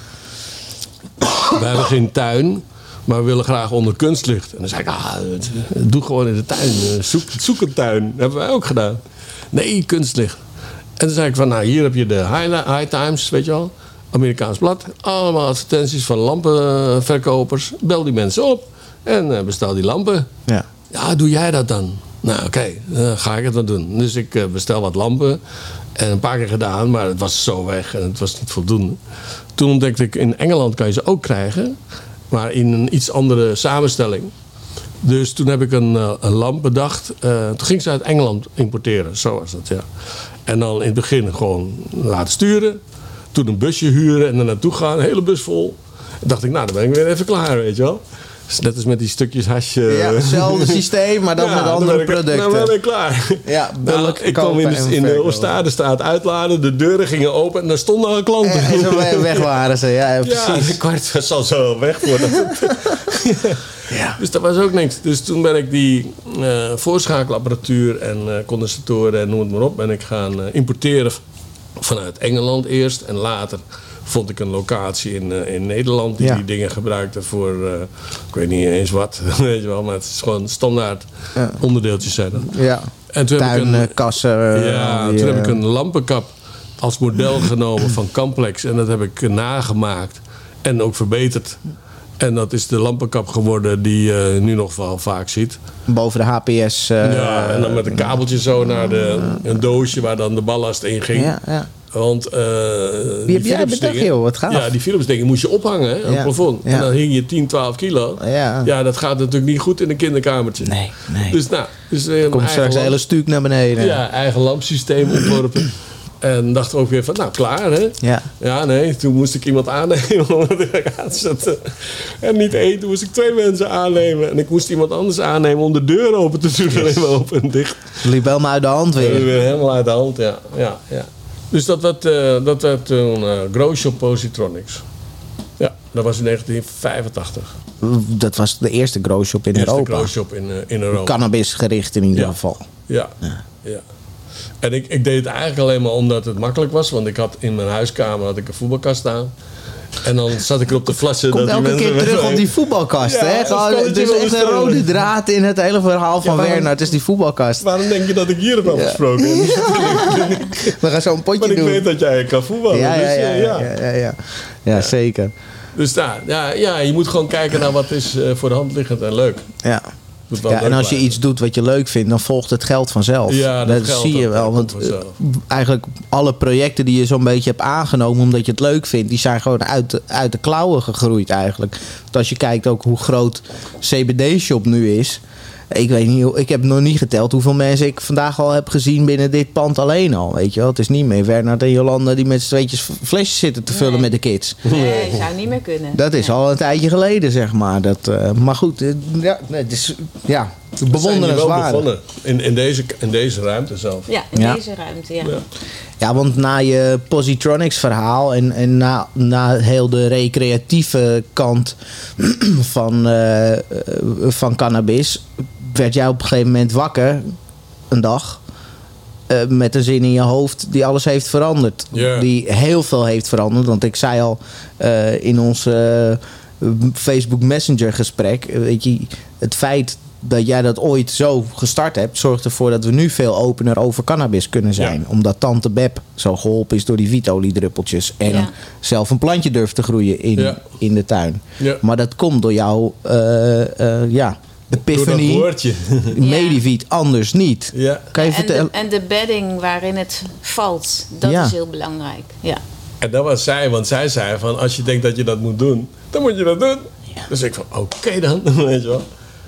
We hebben geen tuin... Maar we willen graag onder kunstlicht. En dan zei ik, ah, doe gewoon in de tuin. Zoek, zoek een tuin. Dat hebben wij ook gedaan. Nee, kunstlicht. En toen zei ik van, nou, hier heb je de High, High Times, weet je wel. Amerikaans blad. Allemaal advertenties van lampenverkopers. Bel die mensen op. En bestel die lampen. Ja. Ja, doe jij dat dan? Nou, oké, okay, dan ga ik het dan doen. Dus ik bestel wat lampen. En een paar keer gedaan, maar het was zo weg. En het was niet voldoende. Toen ontdekte ik, in Engeland kan je ze ook krijgen... maar in een iets andere samenstelling. Dus toen heb ik een, uh, een lamp bedacht. Uh, toen ging ze uit Engeland importeren. Zo was dat, ja. En dan in het begin gewoon laten sturen. Toen een busje huren en er naartoe gaan. Een hele bus vol. En dacht ik, nou, dan ben ik weer even klaar, weet je wel. Dus net als met die stukjes hasje. Ja, hetzelfde systeem, maar dan Ja, met andere dan ben ik, producten. Nou, dan ben ik klaar. Ja, Nou, bulk ik kwam in de, in de Oostvaardersstraat uitladen. De deuren gingen open en daar stonden al klanten. En zo weg waren ze, ja, ja Ja, precies. de kwart zal zo weg worden. Ja. Dus dat was ook niks. Dus toen ben ik die uh, voorschakelapparatuur en uh, condensatoren en noem het maar op... ben ik gaan uh, importeren vanuit Engeland eerst. En later vond ik een locatie in, uh, in Nederland... die Ja. die dingen gebruikte voor, uh, ik weet niet eens wat, weet je wel... maar het is gewoon standaard Ja. onderdeeltjes zijn dat. Ja. En toen heb ik een, Tuinkassen. uh, ja, die, toen heb uh, ik een lampenkap als model genomen van Camplex. En dat heb ik nagemaakt en ook verbeterd. En dat is de lampenkap geworden die je nu nog wel vaak ziet. boven de H P S. Uh, Ja, en dan met een kabeltje zo naar de, een doosje waar dan de ballast in ging. Ja, ja. Want uh, Wie heb jij bedacht, joh? Wat gaaf. Ja, die Philips dingen moest je ophangen hè, aan Ja. het plafond. Ja. En dan hing je tien, twaalf kilo. Ja. Ja, dat gaat natuurlijk niet goed in een kinderkamertje. Nee, nee. Dus nou, dus uh, Komt straks een hele stuk naar beneden. Ja, eigen lampsysteem ontworpen. En dachten we ook weer van, nou, klaar, hè? Ja. Ja, nee, toen moest ik iemand aannemen om het aan te zetten. En niet één, toen moest ik twee mensen aannemen. En ik moest iemand anders aannemen om de deur open te doen. Alleen maar open en dicht. Liep helemaal uit de hand Dat weer. weer helemaal uit de hand, ja. ja, ja. Dus dat werd, uh, dat werd toen uh, Grow Shop Positronics. Ja, dat was in negentien vijfentachtig. Dat was de eerste grow shop in De eerste Europa. Grow Shop in, uh, in Europa. Cannabis gericht in ieder Ja. geval. Ja, Ja. ja. En ik, ik deed het eigenlijk alleen maar omdat het makkelijk was. Want ik had in mijn huiskamer had ik een voetbalkast staan. En dan zat ik er op de flassen. Komt dat die elke keer mensen terug met- op die voetbalkast. Ja, hè? dat Gewoon, kan het het je is wel echt een vertellen. rode draad in het hele verhaal van Ja, waarom- Werner. Het is die voetbalkast. Waarom denk je dat ik hier heb afgesproken? We gaan zo een potje Want ik doen. weet dat jij kan voetballen. ja, ja, dus, ja, eh, ja, ja, ja, ja. Ja, zeker. Dus daar, ja, ja, je moet gewoon kijken naar wat is uh, voor de hand liggend en leuk. Ja. Moet wel Ja, leuk en als je blijven. iets doet wat je leuk vindt, dan volgt het geld vanzelf. Ja, dat dat geld, zie je dat- wel. dat Want komt vanzelf. eh, eigenlijk alle projecten die je zo'n beetje hebt aangenomen omdat je het leuk vindt, die zijn gewoon uit de, uit de klauwen gegroeid eigenlijk. Want als je kijkt ook hoe groot C B D-shop nu is. Ik weet niet, hoe- ik heb nog niet geteld hoeveel mensen ik vandaag al heb gezien binnen dit pand alleen al. Weet je wel, het is niet meer Werner en Jolanda die met z'n tweetjes flesjes zitten te vullen Nee. met de kids. Nee, zou niet meer kunnen. Dat is Nee. al een tijdje geleden, zeg maar. Dat, eh, maar goed, eh, ja, nee, het is ja, We zijn hier wel bewonderenswaardig. begonnen. In, in, deze, in deze ruimte zelf. Ja, in Ja. deze ruimte, ja. Ja. Ja, want na je Positronics verhaal en, en na, na heel de recreatieve kant van, eh, eh, van cannabis, werd jij op een gegeven moment wakker, een dag, eh, met een zin in je hoofd die alles heeft veranderd. Ja. Die heel veel heeft veranderd. Want ik zei al eh, in ons eh, Facebook Messenger gesprek, eh, weet je, het feit dat jij dat ooit zo gestart hebt, zorgt ervoor dat we nu veel opener over cannabis kunnen zijn. Ja. Omdat tante Beb zo geholpen is door die wietoliedruppeltjes. En Ja. zelf een plantje durft te groeien in, Ja. in de tuin. Ja. Maar dat komt door jouw eh, eh, ja, Door dat epiphany. woordje. Mediviet, anders niet. Ja. Kan je En vertellen? de, en de bedding waarin het valt, dat Ja. is heel belangrijk. Ja. En dat was zij, want zij zei van als je denkt dat je dat moet doen, dan moet je dat doen. Dus ik van oké dan, weet je wel.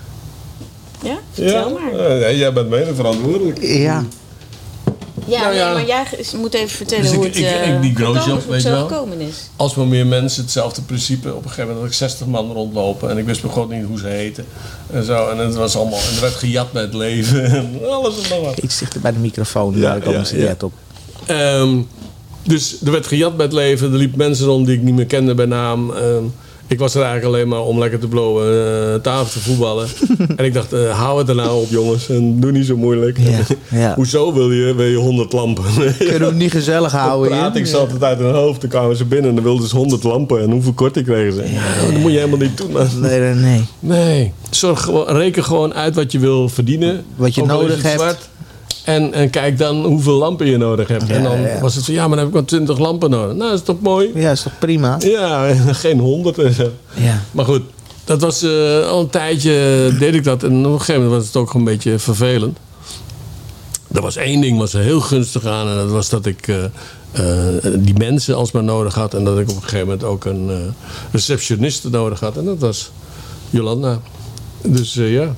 Ja, vertel maar. Eh, nee, jij bent mede verantwoordelijk. Ja. Ja, Nou ja. nee, maar jij ge- moet even vertellen Dus hoe ik- het, ik- eh, ik- die grow gekomen- shop, hoe het weet je zo wel. gekomen is. Als maar meer mensen hetzelfde principe. Op een gegeven moment had ik zestig man rondlopen en ik wist begon niet hoe ze heten. En zo. En het was allemaal. En er werd gejat met het leven. En alles en nog wat. Iets dichter bij de microfoon. Ja, Ja, ik ja, ja, ja. op. Ehm, dus er werd gejat met het leven. Er liepen mensen rond die ik niet meer kende bij naam. Ehm, ik was er eigenlijk alleen maar om lekker te blowen, uh, tafel te voetballen. En ik dacht, uh, hou het er nou op jongens. En doe niet zo moeilijk. Ja, ja. Hoezo wil je, wil je honderd lampen? Kunnen we het niet gezellig houden praat hier? ik zat het uit hun hoofd. Toen kwamen ze binnen en dan wilden ze honderd lampen. En hoeveel korting kregen ze? Ja, dat moet je helemaal niet doen. Man. Nee, nee, nee. Nee. Zorg gewoon, reken gewoon uit wat je wil verdienen. Wat je Ook al is nodig het hebt. zwart. En, en kijk dan hoeveel lampen je nodig hebt. Ja, en dan ja. was het van, ja, maar dan heb ik maar twintig lampen nodig. Nou, dat is toch mooi? Ja, is toch prima? Ja, geen honderd en zo. Ja. Maar goed, dat was uh, al een tijdje deed ik dat. En op een gegeven moment was het ook een beetje vervelend. Er was één ding was er heel gunstig aan. En dat was dat ik uh, uh, die mensen alsmaar nodig had. En dat ik op een gegeven moment ook een uh, receptioniste nodig had. En dat was Jolanda. Dus uh, ja.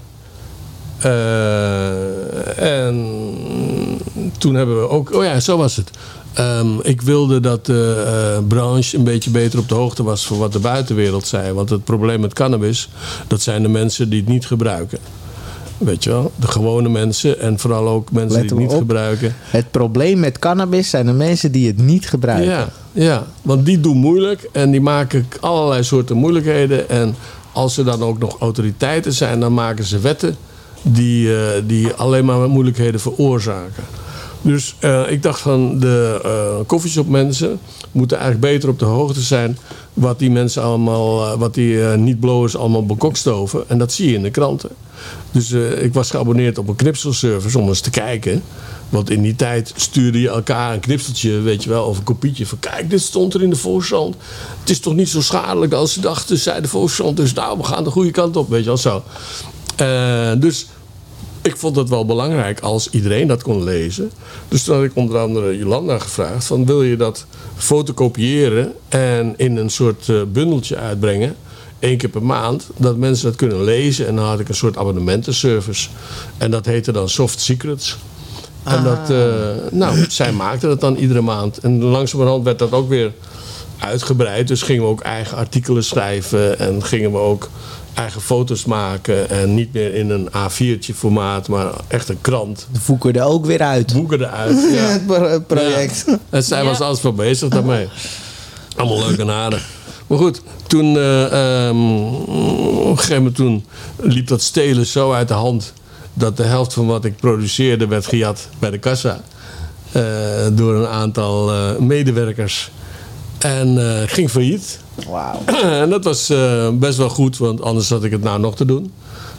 Uh, en toen hebben we ook... Oh ja, zo was het. Um, ik wilde dat de uh, branche een beetje beter op de hoogte was van wat de buitenwereld zei. Want het probleem met cannabis, dat zijn de mensen die het niet gebruiken. Weet je wel? De gewone mensen en vooral ook mensen Let die het niet op. gebruiken. Het probleem met cannabis zijn de mensen die het niet gebruiken. Ja, ja, want die doen moeilijk en die maken allerlei soorten moeilijkheden. En als er dan ook nog autoriteiten zijn, dan maken ze wetten die, uh, die alleen maar moeilijkheden veroorzaken. Dus uh, ik dacht van de uh, koffieshopmensen moeten eigenlijk beter op de hoogte zijn wat die mensen allemaal, uh, wat die uh, niet-blowers allemaal bekokstoven. En dat zie je in de kranten. Dus uh, ik was geabonneerd op een knipselservice om eens te kijken. Want in die tijd stuurde je elkaar een knipseltje, weet je wel, of een kopietje van kijk, dit stond er in de Volkskrant. Het is toch niet zo schadelijk als ze dachten, zei de Volkskrant. Dus nou, we gaan de goede kant op, weet je wel zo. Uh, dus... ik vond het wel belangrijk als iedereen dat kon lezen. Dus toen had ik onder andere Jolanda gevraagd van, wil je dat fotocopiëren en in een soort uh, bundeltje uitbrengen, één keer per maand, dat mensen dat kunnen lezen. En dan had ik een soort abonnementenservice. En dat heette dan Soft Secrets. En Ah. dat, uh, nou, zij maakte dat dan iedere maand. En langzamerhand werd dat ook weer uitgebreid. Dus gingen we ook eigen artikelen schrijven en gingen we ook eigen foto's maken. En niet meer in een A viertje formaat, maar echt een krant. De voeken er ook weer uit. Boeken eruit. Ja. Het pro- project. Ja. En zij was Ja. altijd wel bezig daarmee. Allemaal leuk en aardig. Maar goed, toen, uh, um, op een gegeven moment toen liep dat stelen zo uit de hand dat de helft van wat ik produceerde werd gejat bij de kassa. Uh, door een aantal uh, medewerkers. En uh, ging failliet. Wauw. En dat was uh, best wel goed, want anders zat ik het nou nog te doen.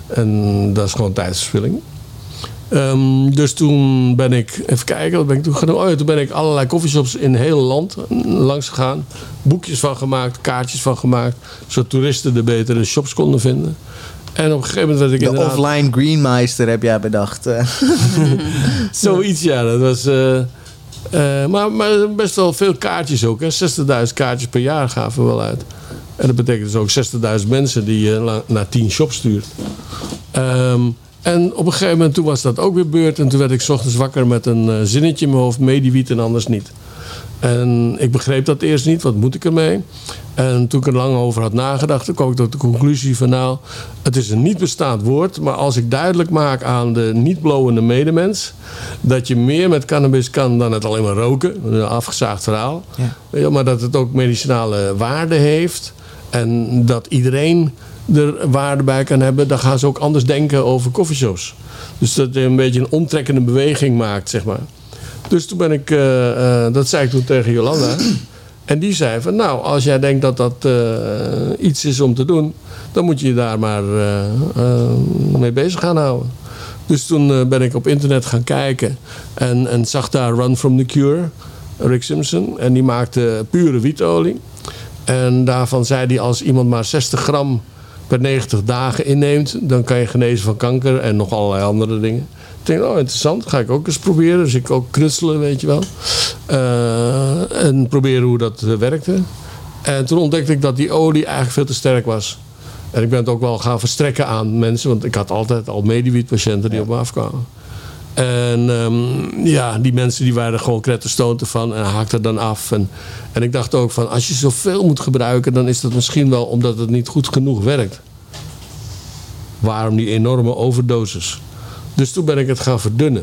En dat is gewoon tijdsverspilling. Um, dus toen ben ik, even kijken, wat ben ik toen gedaan? Oh ja, toen ben ik allerlei coffeeshops in het hele land langs gegaan. Boekjes van gemaakt, kaartjes van gemaakt. Zodat toeristen de betere shops konden vinden. En op een gegeven moment werd ik De inderdaad... offline Greenmeister heb jij bedacht. eh. Zoiets, ja. Dat was... Uh, uh, maar, maar best wel veel kaartjes ook. Hè. zestigduizend kaartjes per jaar gaven we wel uit. En dat betekent dus ook zestigduizend mensen die je uh, naar tien shops stuurt. Um, en op een gegeven moment toen was dat ook weer beurt. En toen werd ik 's ochtends wakker met een uh, zinnetje in mijn hoofd. Mediwiet en anders niet. En ik begreep dat eerst niet. Wat moet ik ermee? En toen ik er lang over had nagedacht, toen kwam ik tot de conclusie van nou, het is een niet bestaand woord. Maar als ik duidelijk maak aan de niet blowende medemens dat je meer met cannabis kan dan het alleen maar roken. Een afgezaagd verhaal. Ja. Ja, maar dat het ook medicinale waarde heeft. En dat iedereen er waarde bij kan hebben. Dan gaan ze ook anders denken over coffeeshops. Dus dat je een beetje een omtrekkende beweging maakt, zeg maar. Dus toen ben ik, uh, uh, dat zei ik toen tegen Jolanda. En die zei van, nou, als jij denkt dat dat uh, iets is om te doen, dan moet je je daar maar uh, uh, mee bezig gaan houden. Dus toen uh, ben ik op internet gaan kijken en, en zag daar Run From The Cure, Rick Simpson. En die maakte pure wietolie. En daarvan zei hij, als iemand maar zestig gram per negentig dagen inneemt, dan kan je genezen van kanker en nog allerlei andere dingen. Ik denk, oh interessant, ga ik ook eens proberen. Dus ik ook knutselen, weet je wel. Uh, en proberen hoe dat uh, werkte. En toen ontdekte ik dat die olie eigenlijk veel te sterk was. En ik ben het ook wel gaan verstrekken aan mensen. Want ik had altijd al mediewietpatiënten die ja. op me afkwamen. En um, ja, die mensen die waren er gewoon krettenstoot ervan en haakten dan af. En, en ik dacht ook van, als je zoveel moet gebruiken, dan is dat misschien wel omdat het niet goed genoeg werkt. Waarom die enorme overdosis? Dus toen ben ik het gaan verdunnen.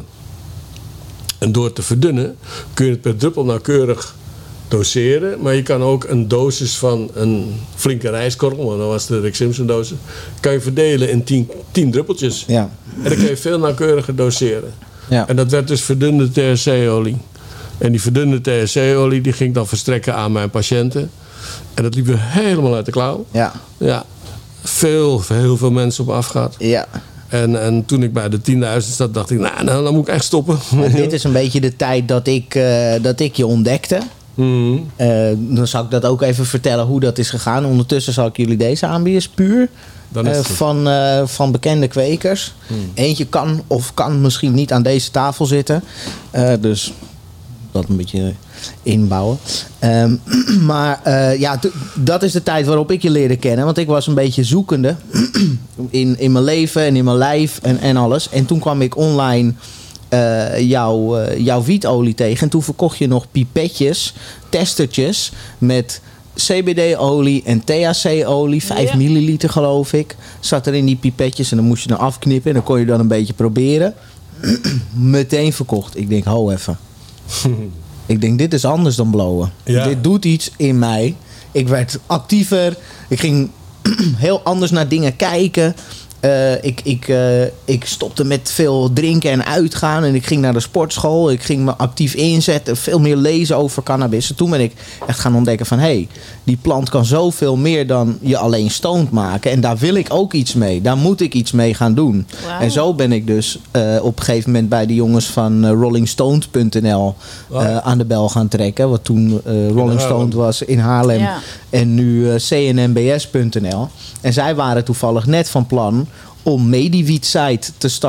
En door te verdunnen kun je het per druppel nauwkeurig doseren. Maar je kan ook een dosis van een flinke rijstkorrel, want dat was de Rick Simpson dosis, kan je verdelen in tien, tien druppeltjes. Ja. En dan kun je veel nauwkeuriger doseren. Ja. En dat werd dus verdunde T H C-olie. En die verdunde T H C-olie die ging ik dan verstrekken aan mijn patiënten. En dat liep weer helemaal uit de klauw. Ja. Ja. Veel, heel veel mensen op afgaat. Ja. En, en toen ik bij de tienduizend zat, dacht ik, nou, nou, dan moet ik echt stoppen. En dit is een beetje de tijd dat ik, uh, dat ik je ontdekte. Mm. Uh, dan zal ik dat ook even vertellen hoe dat is gegaan. Ondertussen zal ik jullie deze aanbieden. Is puur Dan is uh, het goed. van, uh, van bekende kwekers. Mm. Eentje kan of kan misschien niet aan deze tafel zitten. Uh, dus dat een beetje inbouwen. Um, maar uh, ja, t- dat is de tijd waarop ik je leerde kennen. Want ik was een beetje zoekende in, in mijn leven en in mijn lijf en, en alles. En toen kwam ik online uh, jouw, uh, jouw wietolie tegen. En toen verkocht je nog pipetjes, testertjes met C B D-olie en T H C-olie. vijf Ja. milliliter geloof ik. Zat er in die pipetjes en dan moest je dan afknippen. En dan kon je dan een beetje proberen. Meteen verkocht. Ik denk, ho even. Ik denk, dit is anders dan blowen. Ja. Dit doet iets in mij. Ik werd actiever. Ik ging heel anders naar dingen kijken. Uh, ik, ik, uh, ik stopte met veel drinken en uitgaan. En ik ging naar de sportschool. Ik ging me actief inzetten. Veel meer lezen over cannabis. En toen ben ik echt gaan ontdekken van... hé, hey, die plant kan zoveel meer dan je alleen stoned maken. En daar wil ik ook iets mee. Daar moet ik iets mee gaan doen. Wow. En zo ben ik dus uh, op een gegeven moment... bij de jongens van uh, rolling stoned punt n l uh, Wow. aan de bel gaan trekken. Wat toen uh, Rolling Stoned was in Haarlem. Ja. En nu uh, C N M B S punt n l. En zij waren toevallig net van plan om Mediwiet site te starten.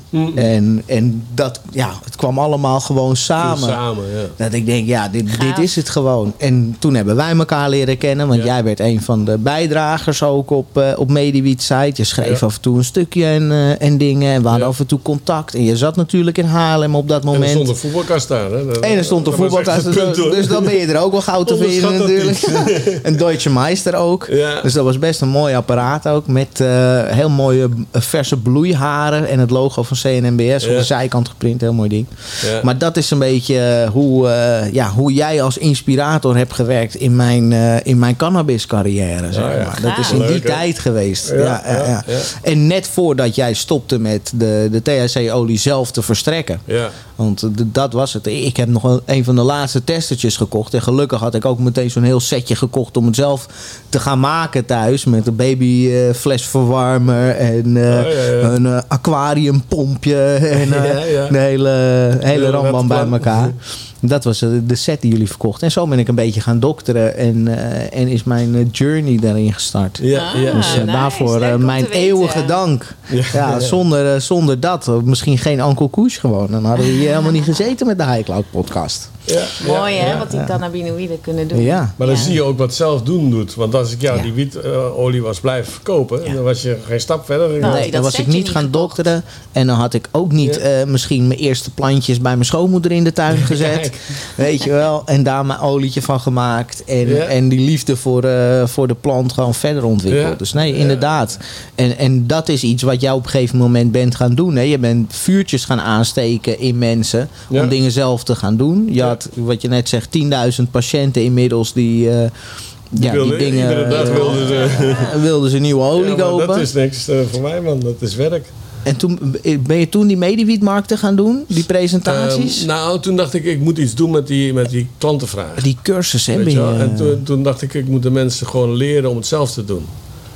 Mm. En, en dat, ja, het kwam allemaal gewoon samen. Samen, ja. Dat ik denk, ja, dit, Gaaf. dit is het gewoon. En toen hebben wij elkaar leren kennen. Want Ja. jij werd een van de bijdragers ook op, uh, op Mediwiet site. Je schreef Ja. af en toe een stukje en, uh, en dingen. En we hadden Ja. af en toe contact. En je zat natuurlijk in Haarlem op dat En er moment. stond een voetbalkast daar. Hè? Dat- En er stond een dat was echt voetbalkast. een punt, Dus, hoor. dus dan ben je er ook wel gauw te Onderschat vinden dat natuurlijk. Een Deutsche Meister ook. Ja. Dus dat was best een mooi apparaat ook. Met uh, heel mooie verse bloeiharen. En het logo van C N M B S op Ja. de zijkant geprint. Heel mooi ding. Ja. Maar dat is een beetje uh, hoe, uh, ja, hoe jij als inspirator hebt gewerkt in mijn, uh, in mijn cannabis carrière. Zeg Ja, ja. maar. Dat is in Leuk, die hè? tijd geweest. Ja, Ja, ja, ja, ja, ja. En net voordat jij stopte met de, de T H C-olie zelf te verstrekken. Ja. Want d- dat was het. Ik heb nog een, een van de laatste testertjes gekocht. En gelukkig had ik ook meteen zo'n heel setje gekocht om het zelf te gaan maken thuis. Met een babyflesverwarmer en uh, Oh, ja, ja. een uh, aquariumpompje. En uh, Ja, ja. de hele, hele Heel rambam bij plan. elkaar. Dat was uh, de set die jullie verkochten. En zo ben ik een beetje gaan dokteren. En, uh, en is mijn uh, journey daarin gestart. Ja, Ah. ja. Dus uh, nice. daarvoor uh, Leuk om mijn te weten. eeuwige dank. Ja, Ja, ja. Zonder, uh, zonder dat, uh, misschien geen Uncle Koes gewoon. Dan hadden we hier helemaal niet gezeten met de High Cloud podcast. Ja, Mooi ja, hè, ja. wat die cannabinoïden kunnen doen. Ja. Maar dan Ja. zie je ook wat zelf doen doet. Want als ik jou Ja. die wietolie was blijven verkopen, dan was je geen stap verder. Nou, Nee, die dan dat was ik setje niet niet gaan gekocht. dokteren. En dan had ik ook niet Ja. eh, misschien mijn eerste plantjes bij mijn schoonmoeder in de tuin gezet. Kijk. Weet je wel. En daar mijn olietje van gemaakt. En, Ja. en die liefde voor, eh, voor de plant gewoon verder ontwikkeld. Ja. Dus nee, Ja. inderdaad. En, en dat is iets wat jij op een gegeven moment bent gaan doen. Hè. Je bent vuurtjes gaan aansteken in mensen. Ja. Om dingen zelf te gaan doen. Je Ja. had, wat je net zegt, tienduizend patiënten inmiddels die... eh, ja, wilde- die dingen iedere dag eh, wilden ze- eh, wilden ze nieuwe olie Ja, maar kopen. dat is niks eh, voor mij, man. Dat is werk. En toen ben je toen die Mediwietmarkten gaan doen, die presentaties? Ehm, nou, toen dacht ik, ik moet iets doen met die, met die klantenvraag. die cursus Weet hebben je wel? je. En toen, toen dacht ik, ik moet de mensen gewoon leren om het zelf te doen.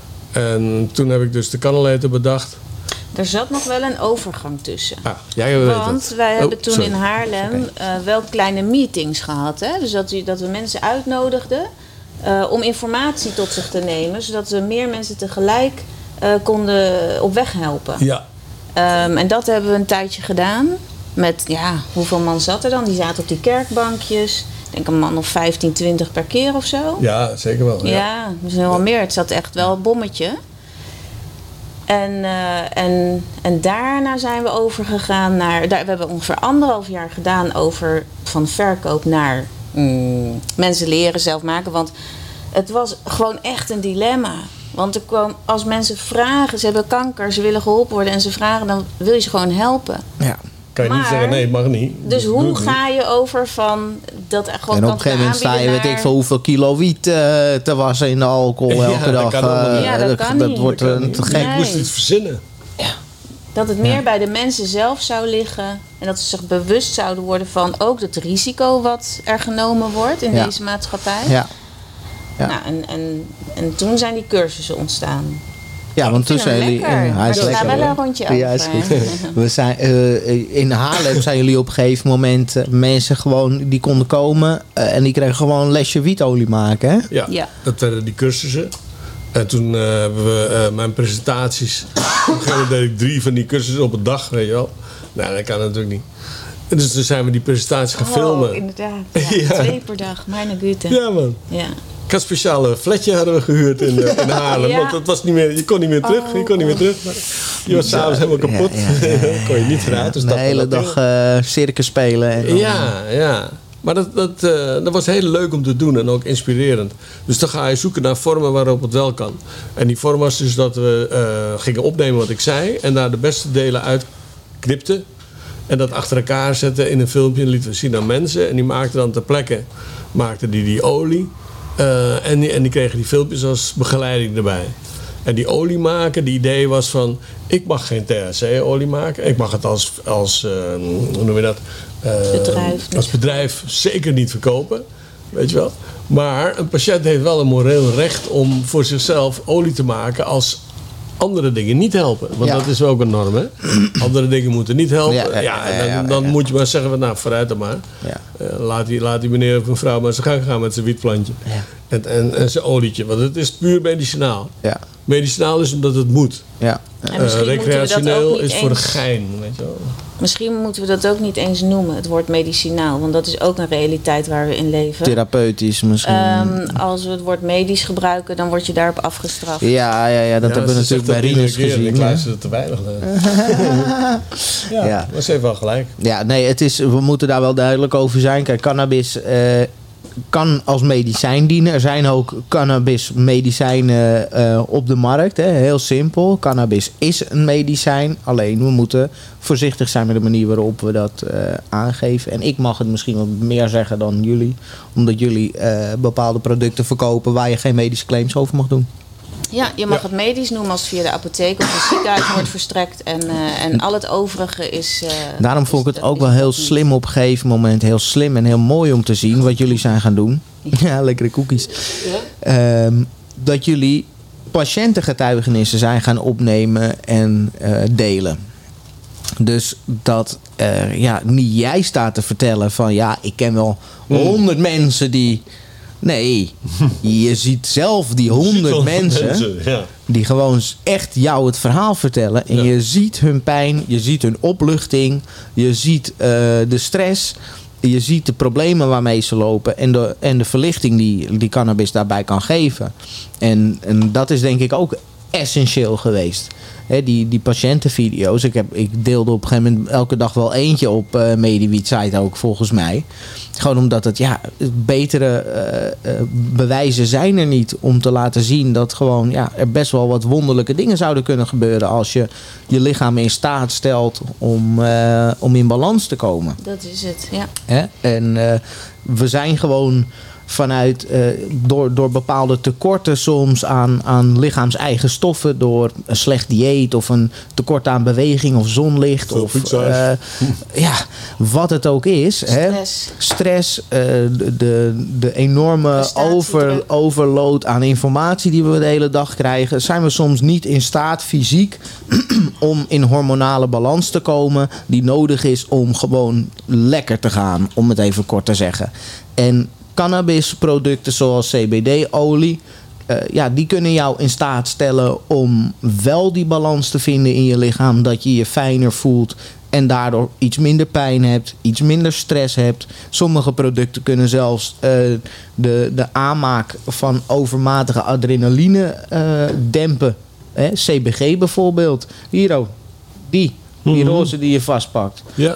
En toen heb ik dus de cannelator bedacht. Er zat nog wel een overgang tussen. Ah, jij weet Want het. wij Oh, hebben toen sorry. in Haarlem eh, wel kleine meetings gehad. Hè? Dus dat, u- dat we mensen uitnodigden eh, om informatie tot zich te nemen. Zodat we meer mensen tegelijk eh, konden op weg helpen. Ja, Ehm, en dat hebben we een tijdje gedaan. Met, ja, hoeveel man zat er dan? Die zaten op die kerkbankjes. Ik denk een man of vijftien, twintig per keer of zo. ja, zeker wel. Ja, Ja. misschien wel meer. Het zat echt wel een bommetje. En, eh, en, en daarna zijn we overgegaan naar... Daar, we hebben ongeveer anderhalf jaar gedaan over van verkoop naar mm, mensen leren zelf maken. Want het was gewoon echt een dilemma. Want er kwam, als mensen vragen, ze hebben kanker, ze willen geholpen worden en ze vragen, dan wil je ze gewoon helpen. Ja. Kan je niet Maar- zeggen, nee, het mag niet. Dus Doe hoe het niet. ga je over van dat er gewoon En op een kanker gegeven moment sta je, aanbieden weet ik naar- veel hoeveel kilo wiet eh, te wassen in de alcohol Ja, elke dat dag. kan allemaal eh, niet. Ja, dat kan dat niet. wordt Dat kan eh, niet. te gek. Ik moest Nee. iets verzinnen. Dat het meer bij de mensen zelf zou liggen. En dat ze zich bewust zouden worden van ook het risico wat er genomen wordt in Ja. deze maatschappij. Ja. Ja. Nou, en, en, en toen zijn die cursussen ontstaan. Ja, want toen Ik vind zijn hem jullie... lekker. eh, Maar hij is we lekker, gaan wel hoor. een rondje over. Ja, is goed. We zijn, eh, in Haarlem zijn jullie op een gegeven moment eh, mensen gewoon die konden komen eh, en die kregen gewoon een lesje wietolie maken, hè? Ja, Ja. dat werden die cursussen. En toen eh, hebben we eh, mijn presentaties. Op een gegeven moment deed ik drie van die cursussen op een dag, weet je wel. Nou, dat kan natuurlijk niet. En dus toen zijn we die presentaties gaan filmen. Oh, inderdaad. Ja, Ja. Twee per dag. Meine Güte. Ja, man. Ja. Ik had een speciale flatje hadden we gehuurd in, eh, in Haarlem. Ja. Want het was niet meer, je kon niet meer terug. Je kon niet meer terug. Maar je was s'avonds helemaal kapot. Ja, ja, ja, ja, kon je niet eruit. Dus de dat hele dat dag eh, circus spelen. En dan- Ja, ja. Maar dat, dat, eh, dat was heel leuk om te doen en ook inspirerend. Dus dan ga je zoeken naar vormen waarop het wel kan. En die vorm was dus dat we eh, gingen opnemen wat ik zei... en daar de beste delen uitknipten. En dat achter elkaar zetten in een filmpje en lieten we zien aan mensen. En die maakten dan ter plekke maakten die, die olie. Eh, en, die, en die kregen die filmpjes als begeleiding erbij. En die olie maken, die idee was van... ik mag geen T H C-olie maken. Ik mag het als, als eh, hoe noem je dat? Eh, Bedrijf niet. Als bedrijf zeker niet verkopen. Weet je wel. Maar een patiënt heeft wel een moreel recht om voor zichzelf olie te maken... als andere dingen niet helpen. Want Ja. dat is ook een norm, hè? Andere dingen moeten niet helpen. Ja, Ja, ja, ja, en dan, ja, ja, dan ja. moet je maar zeggen, van, nou, vooruit dan maar. Ja. Eh, laat, die, laat die meneer of mevrouw maar zijn gang gaan met zijn wietplantje. Ja. En, en, en zijn olietje. Want het is puur medicinaal. Ja. Medicinaal is omdat het moet. Ja. En misschien Uh, moeten we dat ook recreationeel niet is voor de eens- gein, weet je wel. Misschien moeten we dat ook niet eens noemen, het woord medicinaal. Want dat is ook een realiteit waar we in leven. Therapeutisch misschien. Um, als we het woord medisch gebruiken, dan word je daarop afgestraft. ja, ja, ja, dat Ja, hebben we ze natuurlijk zegt bij dat Rinus iedere keer en gezien. Ik hè. luister er te weinig naar. ja, Ja. maar ze heeft wel gelijk. Ja, nee, het is, we moeten daar wel duidelijk over zijn. Kijk, cannabis eh, kan als medicijn dienen. Er zijn ook cannabismedicijnen eh, op de markt. Hè. Heel simpel. Cannabis is een medicijn. Alleen we moeten voorzichtig zijn met de manier waarop we dat eh, aangeven. En ik mag het misschien wat meer zeggen dan jullie. Omdat jullie eh, bepaalde producten verkopen waar je geen medische claims over mag doen. Ja, je mag Ja. het medisch noemen als het via de apotheek of het ziekenhuis wordt verstrekt. En, uh, en al het overige is... Uh, Daarom is- vond ik het dat ook is wel heel niet. slim op een gegeven moment. Heel slim en heel mooi om te zien wat jullie zijn gaan doen. Ja, lekkere cookies. Ehm, dat jullie patiëntengetuigenissen zijn gaan opnemen en eh, delen. Dus dat eh, ja, niet jij staat te vertellen van... ja, ik ken wel honderd mensen die... Nee, je ziet zelf die honderd mensen... Ja. die gewoon echt jou het verhaal vertellen. En Ja. je ziet hun pijn, je ziet hun opluchting, je ziet uh, de stress, je ziet de problemen waarmee ze lopen en de, en de verlichting die, die cannabis daarbij kan geven. En, en dat is denk ik ook essentieel geweest. He, die, die patiëntenvideo's, ik, heb, ik deelde op een gegeven moment elke dag wel eentje op uh, Mediwiet site ook volgens mij. Gewoon omdat het, ja, betere uh, uh, bewijzen zijn er niet om te laten zien dat gewoon, ja, er best wel wat wonderlijke dingen zouden kunnen gebeuren als je je lichaam in staat stelt om, uh, om in balans te komen. Dat is het, ja. He? En uh, we zijn gewoon vanuit, uh, door, door bepaalde tekorten soms aan, aan lichaams-eigen stoffen, door een slecht dieet of een tekort aan beweging of zonlicht Veel of pizza's. uh, ja, wat het ook is. Stress. Hè? Stress, uh, de, de, de enorme Prestatiedruk. over, overload aan informatie die we de hele dag krijgen, zijn we soms niet in staat fysiek om in hormonale balans te komen die nodig is om gewoon lekker te gaan, om het even kort te zeggen. En cannabisproducten zoals C B D-olie, uh, ja, die kunnen jou in staat stellen om wel die balans te vinden in je lichaam, dat je je fijner voelt en daardoor iets minder pijn hebt, iets minder stress hebt. Sommige producten kunnen zelfs uh, de, de aanmaak van overmatige adrenaline uh, dempen. Hè? C B G bijvoorbeeld. Hier ook, die, die Mhm. roze die je vastpakt. Ja.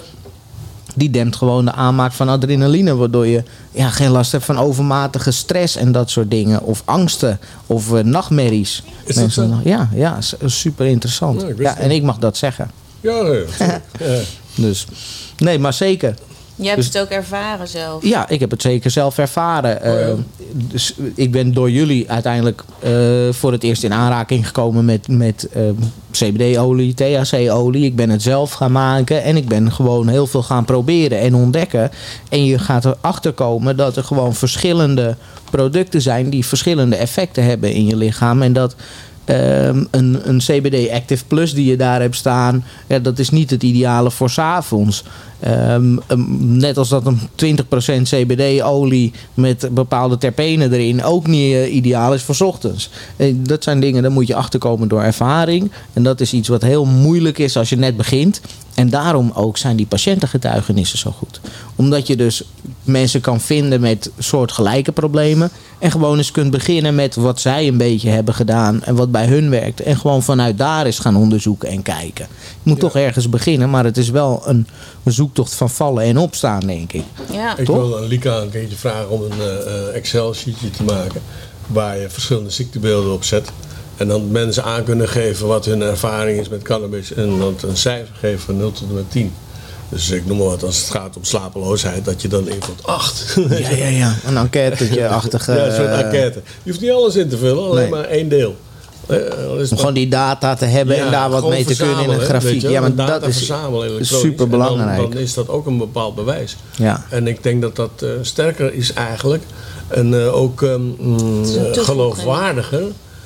Die dempt gewoon de aanmaak van adrenaline, waardoor je ja, geen last hebt van overmatige stress en dat soort dingen. Of angsten of uh, nachtmerries. Is dat Mensen zo? nog- Ja, ja, s- super interessant. Ja, ik wist Ja, het. en ik mag dat zeggen. Ja, ja. ja. Dus nee, maar zeker. Je hebt Dus- het ook ervaren zelf. Ja, ik heb het zeker zelf ervaren. Oh, ja. Uh, dus ik ben door jullie uiteindelijk uh, voor het eerst in aanraking gekomen met, met uh, C B D-olie, T H C-olie. Ik ben het zelf gaan maken en ik ben gewoon heel veel gaan proberen en ontdekken. En je gaat erachter komen dat er gewoon verschillende producten zijn die verschillende effecten hebben in je lichaam. En dat Um, een, een C B D Active Plus die je daar hebt staan, ja, dat is niet het ideale voor 's avonds. Um, um, net als dat een twintig procent C B D-olie met bepaalde terpenen erin ook niet uh, ideaal is voor 's ochtends. En dat zijn dingen, daar moet je achterkomen door ervaring. En dat is iets wat heel moeilijk is als je net begint. En daarom ook zijn die patiëntengetuigenissen zo goed. Omdat je dus mensen kan vinden met soortgelijke problemen. En gewoon eens kunt beginnen met wat zij een beetje hebben gedaan. En wat bij hun werkt. En gewoon vanuit daar eens gaan onderzoeken en kijken. Je moet Ja. toch ergens beginnen. Maar het is wel een, een zoektocht van vallen en opstaan, denk ik. Ja. Ik Toch? wil aan Lika een keertje vragen om een uh, Excel-sheetje te maken. Waar je verschillende ziektebeelden op zet. En dan mensen aan kunnen geven wat hun ervaring is met cannabis. En dan een cijfer geven van nul tot en met tien. Dus ik noem maar wat, als het gaat om slapeloosheid, dat je dan invult acht. Ja, ja, ja. Een enquêtetje-achtige... Ja, een soort enquête. Je hoeft niet alles in te vullen, alleen Nee. maar één deel. Eh, dan is Om gewoon die data te hebben Ja, en daar wat gewoon mee te kunnen in een verzamelen, hè, grafiek. weet je Ja, wel. maar Data dat is verzamelen elektronisch. super belangrijk. En dan, dan is dat ook een bepaald bewijs. Ja. En ik denk dat dat uh, sterker is eigenlijk. En uh, ook um, mm, is een toevoeging. geloofwaardiger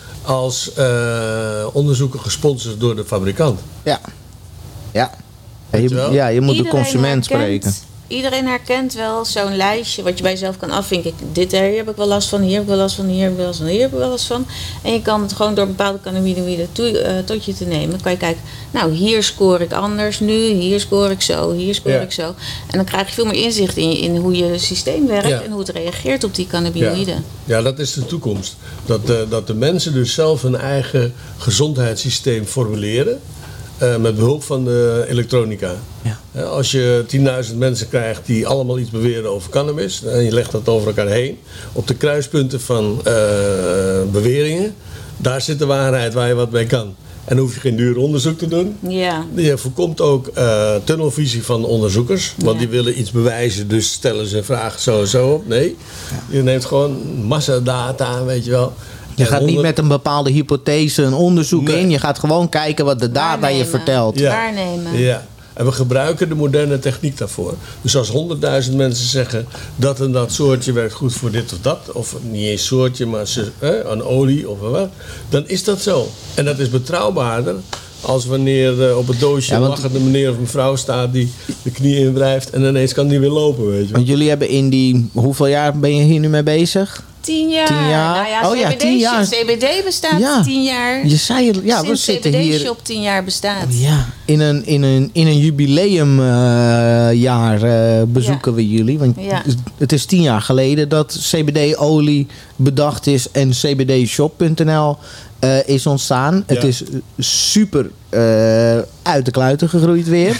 als uh, onderzoeken gesponsord door de fabrikant. Ja. Ja. Ja, Weet je je, wel? ja, je moet Iedereen de consument herkent- spreken. iedereen herkent wel zo'n lijstje wat je bij jezelf kan afvinken. Dit hier heb ik wel last van, hier heb ik wel last van, hier heb ik wel last van, hier heb ik wel last van. En je kan het gewoon door bepaalde cannabinoïden toe, uh, tot je te nemen. Kan je kijken, nou hier score ik anders nu, hier score ik zo, hier score Ja. ik zo. En dan krijg je veel meer inzicht in, in hoe je systeem werkt Ja. en hoe het reageert op die cannabinoïden. Ja. ja, dat is de toekomst. Dat, uh, dat de mensen dus zelf hun eigen gezondheidssysteem formuleren. Uh, met behulp van de elektronica. Ja. Uh, als je tienduizend mensen krijgt die allemaal iets beweren over cannabis. En je legt dat over elkaar heen. Op de kruispunten van uh, beweringen. Daar zit de waarheid waar je wat mee kan. En dan hoef je geen duur onderzoek te doen. Ja. Je voorkomt ook uh, tunnelvisie van onderzoekers. Want Ja. die willen iets bewijzen, dus stellen ze vragen zo en zo op. Nee, je neemt gewoon massadata, weet je wel. Je En gaat niet honderd- met een bepaalde hypothese een onderzoek Nee. in. Je gaat gewoon kijken wat de data je Waarnemen. vertelt. Ja. Waarnemen. Ja. En we gebruiken de moderne techniek daarvoor. Dus als honderdduizend mensen zeggen dat en dat soortje werkt goed voor dit of dat, of niet eens soortje, maar ze, eh, een olie of wat, dan is dat zo. En dat is betrouwbaarder als wanneer uh, op het doosje Ja, een want- lachende meneer of mevrouw staat die de knie indrijft en ineens kan die weer lopen, weet je wel. Want jullie hebben in die... Hoeveel jaar ben je hier nu mee bezig? Tien jaar. Tien jaar. Nou ja, Oh ja, C B D, tien jaar. C B D bestaat Ja. tien jaar. Je zei het... Ja, we Sinds zitten C B D hier... Shop tien jaar bestaat. Ja, in een, in een, in een jubileumjaar uh, bezoeken Ja. we jullie. Want Ja. het is tien jaar geleden dat C B D-olie bedacht is en c b d shop punt n l uh, is ontstaan. Ja. Het is super uh, uit de kluiten gegroeid weer.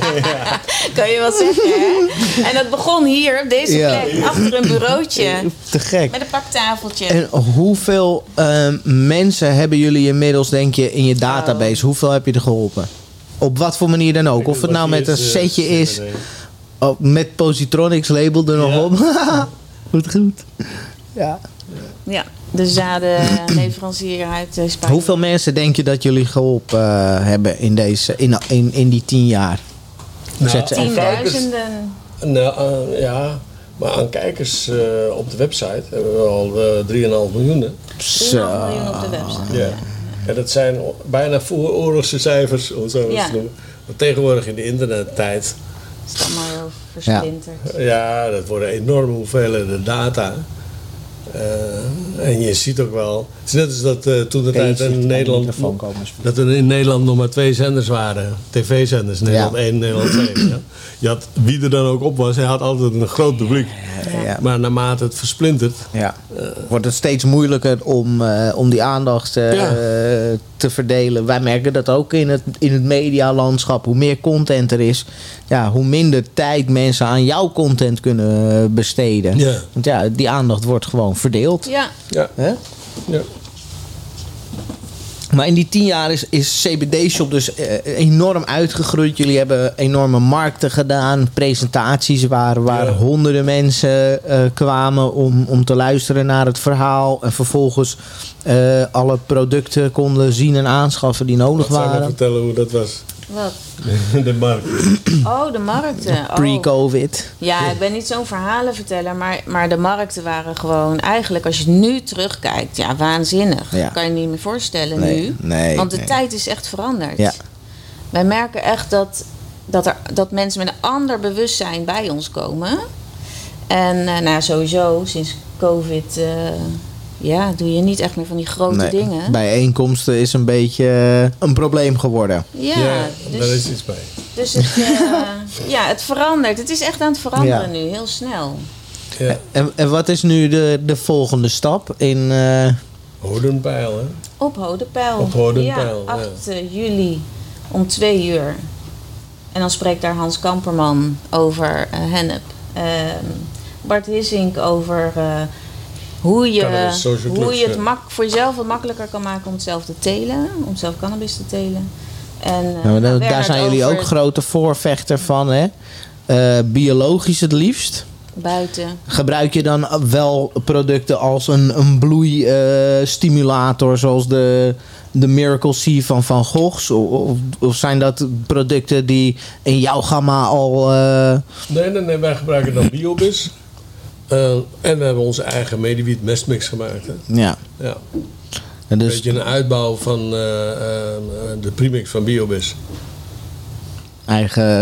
Kan je wel zeggen, hè? En dat begon hier op deze Ja. plek, achter een bureautje. Te gek. Met een paktafeltje. En hoeveel uh, mensen hebben jullie inmiddels, denk je, in je database? Hoeveel heb je er geholpen? Op wat voor manier dan ook. Of het nou met een setje is, oh, met Positronics label er nog Ja. op. Goed, goed. Ja. Ja, de zadenleverancier uit uh, Spanje. Hoeveel mensen denk je dat jullie geholpen uh, hebben in, deze, in, in, in die tien jaar? Nou, Zet ze even- Tienduizenden. Nou, uh, ja, maar aan kijkers uh, op de website hebben we al uh, drie komma vijf miljoen. Hè? drieënhalf miljoen op de website. Ja. En dat zijn bijna vooroorlogse cijfers, om zo maar Ja. te noemen. Want tegenwoordig in de internettijd, Het is allemaal heel versplinterd. ja, dat worden enorme hoeveelheden data. Uh, en je ziet ook wel, het is net als dat uh, toen de tijd in Nederland, dat er in Nederland nog maar twee zenders waren, tv-zenders, Nederland Ja. één, Nederland twee. Ja. Je had, wie er dan ook op was, hij had altijd een groot publiek. Ja, ja. Maar naarmate het versplintert, Ja. Wordt het steeds moeilijker om, uh, om die aandacht uh, Ja. te verdelen. Wij merken dat ook in het, in het medialandschap. Hoe meer content er is, ja, hoe minder tijd mensen aan jouw content kunnen besteden. Ja. Want ja, die aandacht wordt gewoon verdeeld. Ja, ja, Hè? ja. Maar in die tien jaar is, is C B D-shop dus eh, enorm uitgegroeid. Jullie hebben enorme markten gedaan, presentaties waar, waar Ja. honderden mensen eh, kwamen om, om te luisteren naar het verhaal. En vervolgens eh, alle producten konden zien en aanschaffen die nodig Wat zou je waren. vertellen hoe dat was? wat? De markt. Oh, de markten. Oh. Pre-COVID. Ja, ik ben niet zo'n verhalenverteller, maar, maar de markten waren gewoon eigenlijk, als je nu terugkijkt, ja, waanzinnig. Ja. Kan je niet meer voorstellen Nee, nu. nee, Want de nee. tijd is echt veranderd. Ja. Wij merken echt dat, dat, er, dat mensen met een ander bewustzijn bij ons komen. En uh, nou, ja, sowieso, sinds COVID, uh, ja, doe je niet echt meer van die grote Nee, dingen. bijeenkomsten is een beetje eh, een probleem geworden. Ja, Ja, dus, daar is iets bij. dus het, uh, ja, het verandert. Het is echt aan het veranderen nu, heel snel. Ja. En, en wat is nu de, de volgende stap in... eh, Hodenpijl, hè? Op Hodenpijl. Op Hodenpijl, Ja, ja. acht juli om twee uur. En dan spreekt daar Hans Kamperman over uh, hennep. Uh, Bart Hissink over uh, hoe je, Cannabis Social hoe Clubs, je het ja. mak- voor jezelf wat makkelijker kan maken om het zelf te telen. Om zelf cannabis te telen. En, uh, nou, nou, daar zijn jullie over ook grote voorvechter van, hè? Eh, biologisch het liefst. buiten. Gebruik je dan wel producten als een, een bloeistimulator, zoals de, de Miracle C van Van Goghs? Of, of, of zijn dat producten die in jouw gamma al... eh, Nee, nee, nee, wij gebruiken dan Biobis. Uh, en we hebben onze eigen Mediwiet mestmix gemaakt. Hè? ja. Ja. En Een dus, beetje een uitbouw van uh, uh, de premix van Biobis. eigen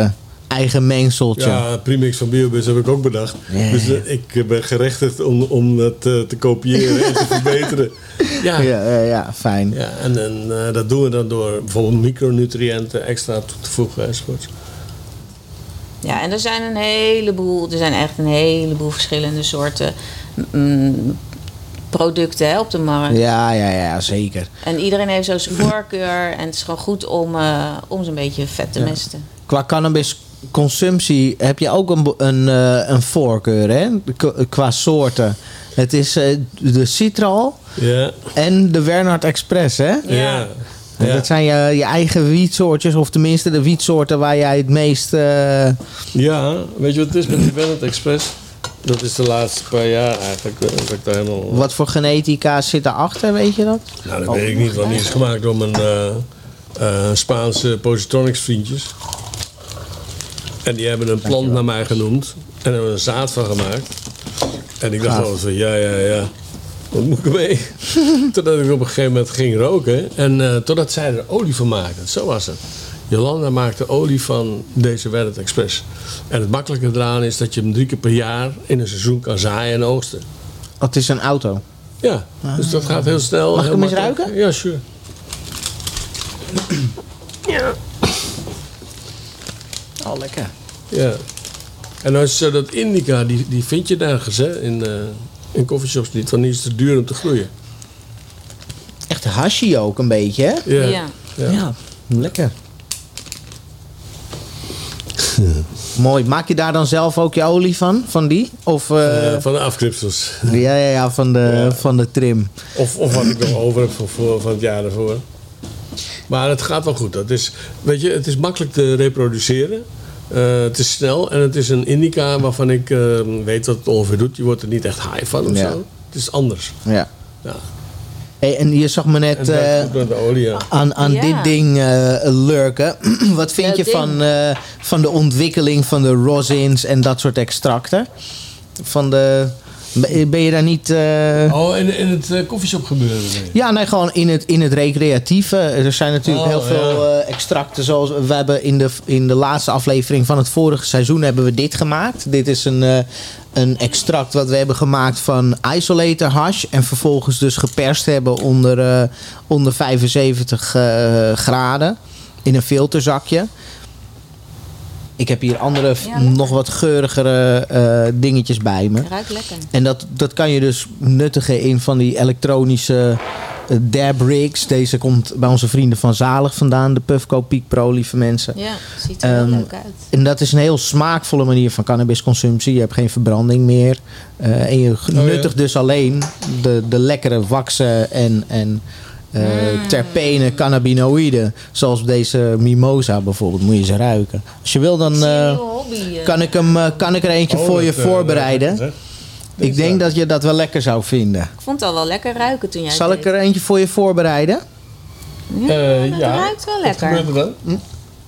eigen mengseltje. Ja, premix van Biobus heb ik ook bedacht. Ja. Dus uh, ik ben gerechtigd om, om dat uh, te kopiëren en te verbeteren. Ja, Ja, ja, ja, fijn. ja en, en uh, dat doen we dan door bijvoorbeeld micronutriënten extra toe te voegen enzovoort. Ja, en er zijn een heleboel, er zijn echt een heleboel verschillende soorten mm, producten hè, op de markt. Ja, ja, ja, zeker. En iedereen heeft zo zijn voorkeur en het is gewoon goed om, uh, om zo'n beetje vet te Ja. mesten. Qua cannabisconsumptie heb je ook een, een, uh, een voorkeur, hè? K- qua soorten. Het is uh, de Citral Ja, en de Wernhard Express, hè? Ja. ja. En ja. Dat zijn je, je eigen wietsoortjes, of tenminste de wietsoorten waar jij het meest... Uh, Ja, weet je wat het is met die Bennett Express? Dat is de laatste paar jaar eigenlijk. uh, Dat ik daar helemaal... wat voor genetica zit daarachter, weet je dat? Nou, dat weet ik niet, want die is gemaakt door mijn uh, uh, Spaanse Positronics vriendjes. En die hebben een plant naar mij genoemd. En hebben er een zaad van gemaakt. En ik dacht Gaaf. wel van, ja, ja, ja. Wat moet ik ermee? Totdat ik op een gegeven moment ging roken. En uh, totdat zij er olie van maakten. Zo was het. Jolanda maakte olie van deze Bennett Express. En het makkelijke eraan is dat je hem drie keer per jaar in een seizoen kan zaaien en oogsten. Oh, het is een auto. Ja, dus dat gaat heel snel. Mag ik heel hem eens makkelijk. ruiken? Ja, sure. Ja. Oh, lekker. Ja. En als je dat indica, die, die vind je nergens hè, in, uh, in coffeeshops niet, want die is te duur om te groeien. Echt hashi ook een beetje, hè? Ja. Ja. Ja. Ja, lekker. Mooi. Maak je daar dan zelf ook je olie van? Van die? Of, uh, Uh, van de afknipsels. ja, ja, ja, van de, Ja. van de trim. Of, of wat ik nog over heb van, voor, van het jaar daarvoor. Maar het gaat wel goed. Dat is, weet je, het is makkelijk te reproduceren. Uh, het is snel en het is een indica waarvan ik uh, weet wat het ongeveer doet. Je wordt er niet echt high van of Ja. zo. Het is anders. Ja. Ja. Hey, en je zag me En net het werkt uh, goed met de olie. Ja. aan, aan Ja. dit ding uh, lurken. Wat vind Dat je ding. van, uh, van de ontwikkeling van de rosins en dat soort extracten? Van de, ben je daar niet... Uh, Oh, in, in het uh, koffieshop gebeuren. Nee. Ja, nee, gewoon in het, in het recreatieve. Er zijn natuurlijk Oh, heel veel ja. uh, extracten. Zoals we hebben in de, in de laatste aflevering van het vorige seizoen hebben we dit gemaakt. Dit is een, uh, een extract wat we hebben gemaakt van isolator hash. En vervolgens dus geperst hebben onder, uh, onder vijfenzeventig uh, graden. In een filterzakje. Ik heb hier andere, Ja, lekker. nog wat geurigere uh, dingetjes bij me. Ruikt lekker. En dat, dat kan je dus nuttigen in van die elektronische uh, dab rigs. Deze komt bij onze vrienden van Zalig vandaan. De Puffco Peak Pro, lieve mensen. Ja, ziet er Ehm, heel leuk uit. En dat is een heel smaakvolle manier van cannabisconsumptie. Je hebt geen verbranding meer. Uh, en je Oh, ja. nuttigt dus alleen de, de lekkere waxen en, en uh, Mm. terpenen, cannabinoïden. Zoals deze mimosa bijvoorbeeld. Moet je ze ruiken. Als je wil, dan Zie je uh, nieuwe hobby, uh, kan, ik hem, uh, kan ik er eentje Oh, voor je dat, uh, voorbereiden. dat heb ik Ik Deze. denk dat je dat wel lekker zou vinden. Ik vond het al wel lekker ruiken toen jij Zal het ik er eentje voor je voorbereiden? deed. Ja, Uh, dat ja. ruikt wel Wat lekker. gebeurt er dan?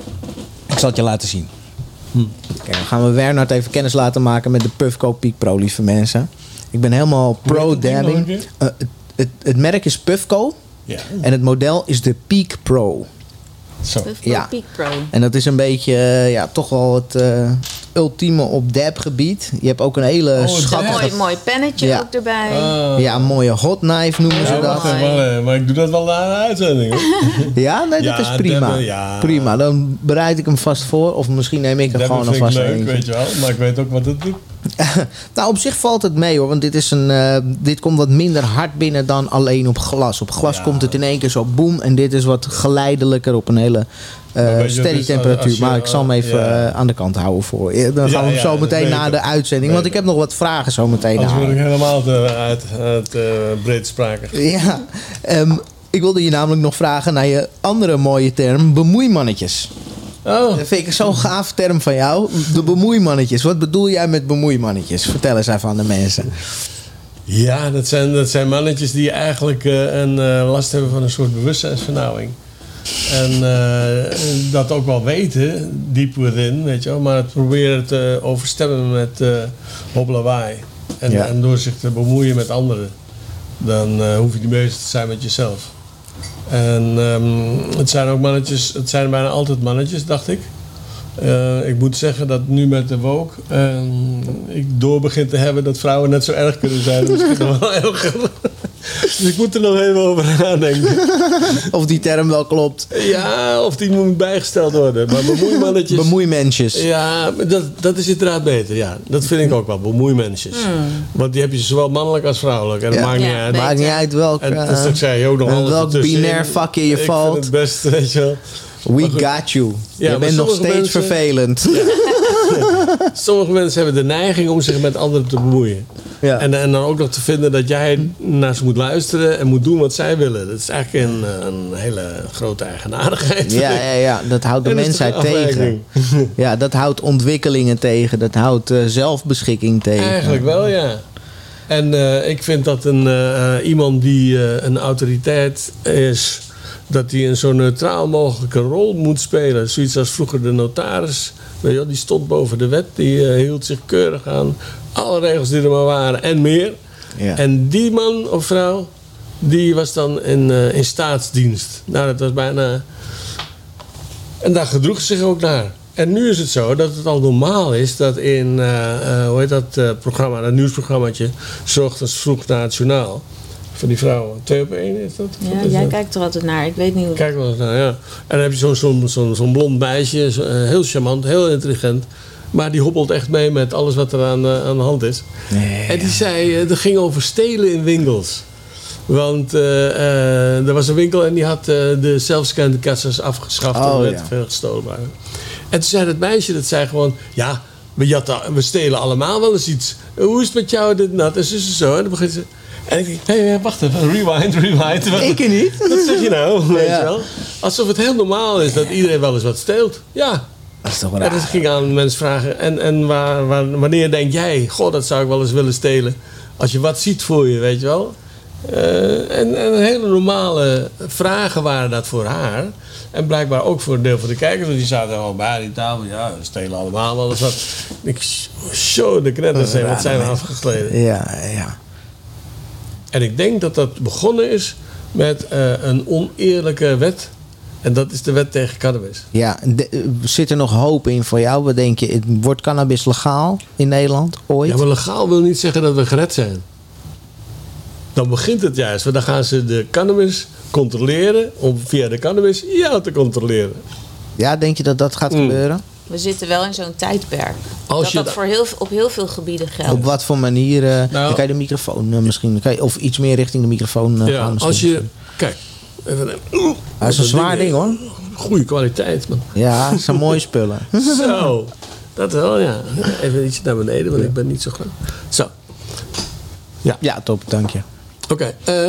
Ik zal het je laten zien. Kijk, dan gaan we Wernhard even kennis laten maken met de Puffco Peak Pro, lieve mensen. Ik ben helemaal Hoe heet pro het ding nog een dabbing. keer? Uh, het, het, het merk is Puffco Ja. en het model is de Peak Pro. Zo. Puffco Ja. Peak Pro. En dat is een beetje, uh, ja, toch wel het uh, ultieme op dab-gebied. Je hebt ook een hele Oh, schattige... Mooi, mooi pennetje Ja. ook erbij. Ah. Ja, een mooie hot knife noemen ze Ja, dat. wacht even, maar, maar ik doe dat wel na de uitzending. Hoor. Ja, nee, dat Ja, is prima. dabben, ja. Prima, dan bereid ik hem vast voor. Of misschien neem ik er Dat gewoon vind ik alvast leuk, eentje. weet je wel. Maar ik weet ook wat het doet. Nou, op zich valt het mee hoor. Want dit, is een, uh, dit komt wat minder hard binnen dan alleen op glas. Op glas Ja. komt het in één keer zo boem. En dit is wat geleidelijker op een hele uh, Maar weet je, steady het is, temperatuur. als je- maar ik zal hem even ja. uh, aan de kant houden voor je. Dan Ja, gaan we hem ja, zo dat meteen weet na ik de ook. uitzending. Weet Want ik ik heb nog wat vragen zo meteen. Anders word ik aan. helemaal te, uit, uit uh, breedsprakig. Ja, um, ik wilde je namelijk nog vragen naar je andere mooie term. Bemoeimannetjes. Oh, Dat vind ik zo'n gaaf term van jou. De bemoeimannetjes. Wat bedoel jij met bemoeimannetjes? Vertel eens even aan de mensen. ja, dat zijn, dat zijn mannetjes die eigenlijk uh, een, uh, last hebben van een soort bewustzijnsvernauwing. En uh, dat ook wel weten, deep within, weet je wel. Maar het proberen te overstemmen met uh, hobbelawaai. En, Ja. en door zich te bemoeien met anderen. Dan uh, hoef je niet bezig te zijn met jezelf. En um, het zijn ook mannetjes, het zijn bijna altijd mannetjes, dacht ik. Uh, ik moet zeggen dat nu met de woke uh, ik door begin te hebben dat vrouwen net zo erg kunnen zijn. Misschien nog wel erger. Dus ik moet er nog even over nadenken. Of die term wel klopt. Ja, of die moet bijgesteld worden. Maar bemoeimannetjes... Bemoeimensjes. Ja, dat, dat is inderdaad beter. Ja, dat vind ik ook wel. Bemoeimensjes. Hmm. Want die heb je zowel mannelijk als vrouwelijk. En dat ja. maakt niet ja, uit. Maakt niet uit welk... En uh, dat zei je ook nog alles welk binair vakje je ik valt. Ik vind het best, weet je wel. We got you. Ja, je bent nog steeds mensen, vervelend. Ja. Sommige mensen hebben de neiging om zich met anderen te bemoeien. Ja. En, en dan ook nog te vinden dat jij naar ze moet luisteren en moet doen wat zij willen. Dat is eigenlijk een, een hele grote eigenaardigheid. Ja, ja, ja, dat houdt de mensheid tegen. Ja, dat houdt ontwikkelingen tegen. Dat houdt uh, zelfbeschikking tegen. Eigenlijk wel, ja. En uh, ik vind dat een, uh, iemand die uh, een autoriteit is, dat hij een zo neutraal mogelijke rol moet spelen. Zoiets als vroeger de notaris. Weet je wel, die stond boven de wet. Die uh, hield zich keurig aan alle regels die er maar waren en meer. Ja. En die man of vrouw, die was dan in, uh, in staatsdienst. Nou, dat was bijna... En daar gedroeg ze zich ook naar. En nu is het zo dat het al normaal is dat in, uh, uh, hoe heet dat uh, programma, dat nieuwsprogrammaatje, 's ochtends vroeg naar het journaal. Van die vrouwen. Twee op één is dat? Ja, is jij dat? kijkt er altijd naar. Ik weet niet hoe... Kijk wel eens naar, ja. En dan heb je zo'n zo'n zo'n zo'n blond meisje. Zo, uh, heel charmant, heel intelligent. Maar die hobbelt echt mee met alles wat er aan, uh, aan de hand is. Nee, en die ja. zei, uh, dat ging over stelen in winkels. Want uh, uh, er was een winkel en die had uh, de zelfscannende kassas afgeschaft. Oh, en er ja. werd veel gestolen. Waren. En toen zei dat meisje, dat zei gewoon... Ja, we, jatten, we stelen allemaal wel eens iets. Hoe is het met jou, dit en dat? En zo, zo, zo. En dan begint ze... En ik denk, hé, hey, wacht even, rewind, rewind. Ik niet. Wat zeg je nou? Ja. Weet je wel? Alsof het heel normaal is dat iedereen wel eens wat steelt. Ja. Dat is toch wel raar. En dat ging aan mensen vragen. En, en waar, waar, wanneer denk jij, goh, dat zou ik wel eens willen stelen. Als je wat ziet voor je, weet je wel. Uh, en, en hele normale vragen waren dat voor haar. En blijkbaar ook voor een deel van de kijkers. Want die zaten gewoon bij die tafel. Ja, we stelen allemaal wel eens wat. Ik show de knetters zijn, wat zijn we afgegleden. Ja, ja. En ik denk dat dat begonnen is met uh, een oneerlijke wet. En dat is de wet tegen cannabis. Ja, de, zit er nog hoop in voor jou? Wat denk je, wordt cannabis legaal in Nederland ooit? Ja, maar legaal wil niet zeggen dat we gered zijn. Dan begint het juist. Want dan gaan ze de cannabis controleren om via de cannabis jou te controleren. Ja, denk je dat dat gaat mm. gebeuren? We zitten wel in zo'n tijdperk. Als dat je dat da- voor heel, op heel veel gebieden geldt. Op wat voor manier? Uh, nou, dan kan je de microfoon uh, misschien... Kan je, of iets meer richting de microfoon uh, ja, gaan. Als je... Kijk. Even, uh, dat is een zwaar ding, hoor. Goede kwaliteit, man. Ja, het zijn mooie spullen. Zo. Dat wel, ja. Even ietsje naar beneden, want ja. ik ben niet zo groot. Zo. Ja. Ja, top. Dank je. Oké. Okay,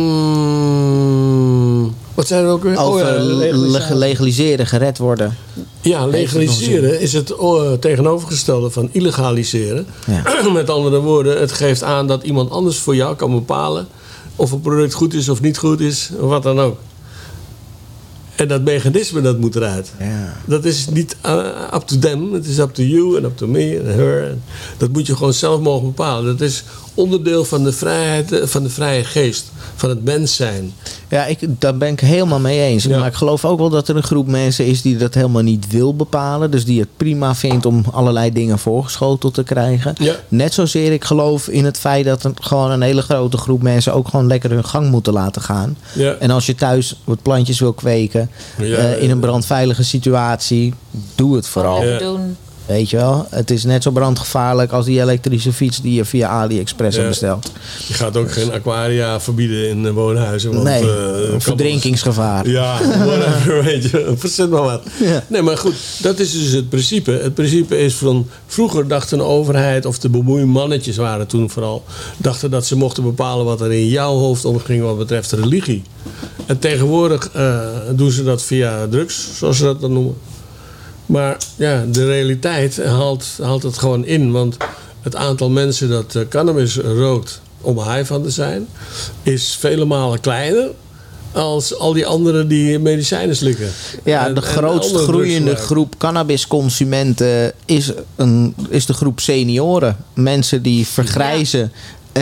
um, wat zijn er ook weer? Over oh, ja, legaliseren. legaliseren, gered worden. Ja, legaliseren is het uh, tegenovergestelde van illegaliseren. Ja. Met andere woorden, het geeft aan dat iemand anders voor jou kan bepalen of een product goed is of niet goed is, of wat dan ook. En dat mechanisme, dat moet eruit. Ja. Dat is niet uh, up to them. Het is up to you en up to me en her. Dat moet je gewoon zelf mogen bepalen. Dat is onderdeel van de vrijheid, van de vrije geest. Van het mens zijn. Ja, ik, daar ben ik helemaal mee eens. Ja. Maar ik geloof ook wel dat er een groep mensen is die dat helemaal niet wil bepalen. Dus die het prima vindt om allerlei dingen voorgeschoteld te krijgen. Ja. Net zozeer ik geloof in het feit dat er gewoon een hele grote groep mensen ook gewoon lekker hun gang moeten laten gaan. Ja. En als je thuis wat plantjes wil kweken, ja, uh, in een brandveilige situatie, doe het vooral. Ja. Doen. Weet je wel, het is net zo brandgevaarlijk als die elektrische fiets die je via AliExpress ja. hebt besteld. Je gaat ook geen aquaria verbieden in woonhuizen. Want, nee, uh, verdrinkingsgevaar. Ja, whatever, weet je. Verzet maar wat. Ja. Nee, maar goed, dat is dus het principe. Het principe is van, vroeger dacht een overheid, of de bemoeimannetjes waren toen vooral, dachten dat ze mochten bepalen wat er in jouw hoofd omging wat betreft religie. En tegenwoordig uh, doen ze dat via drugs, zoals ze dat dan noemen. Maar ja, de realiteit haalt, haalt het gewoon in. Want het aantal mensen dat uh, cannabis rookt om high van te zijn, is vele malen kleiner als al die anderen die medicijnen slikken. Ja, en, de grootst groeiende groep cannabisconsumenten is, een, is de groep senioren. Mensen die vergrijzen ja. en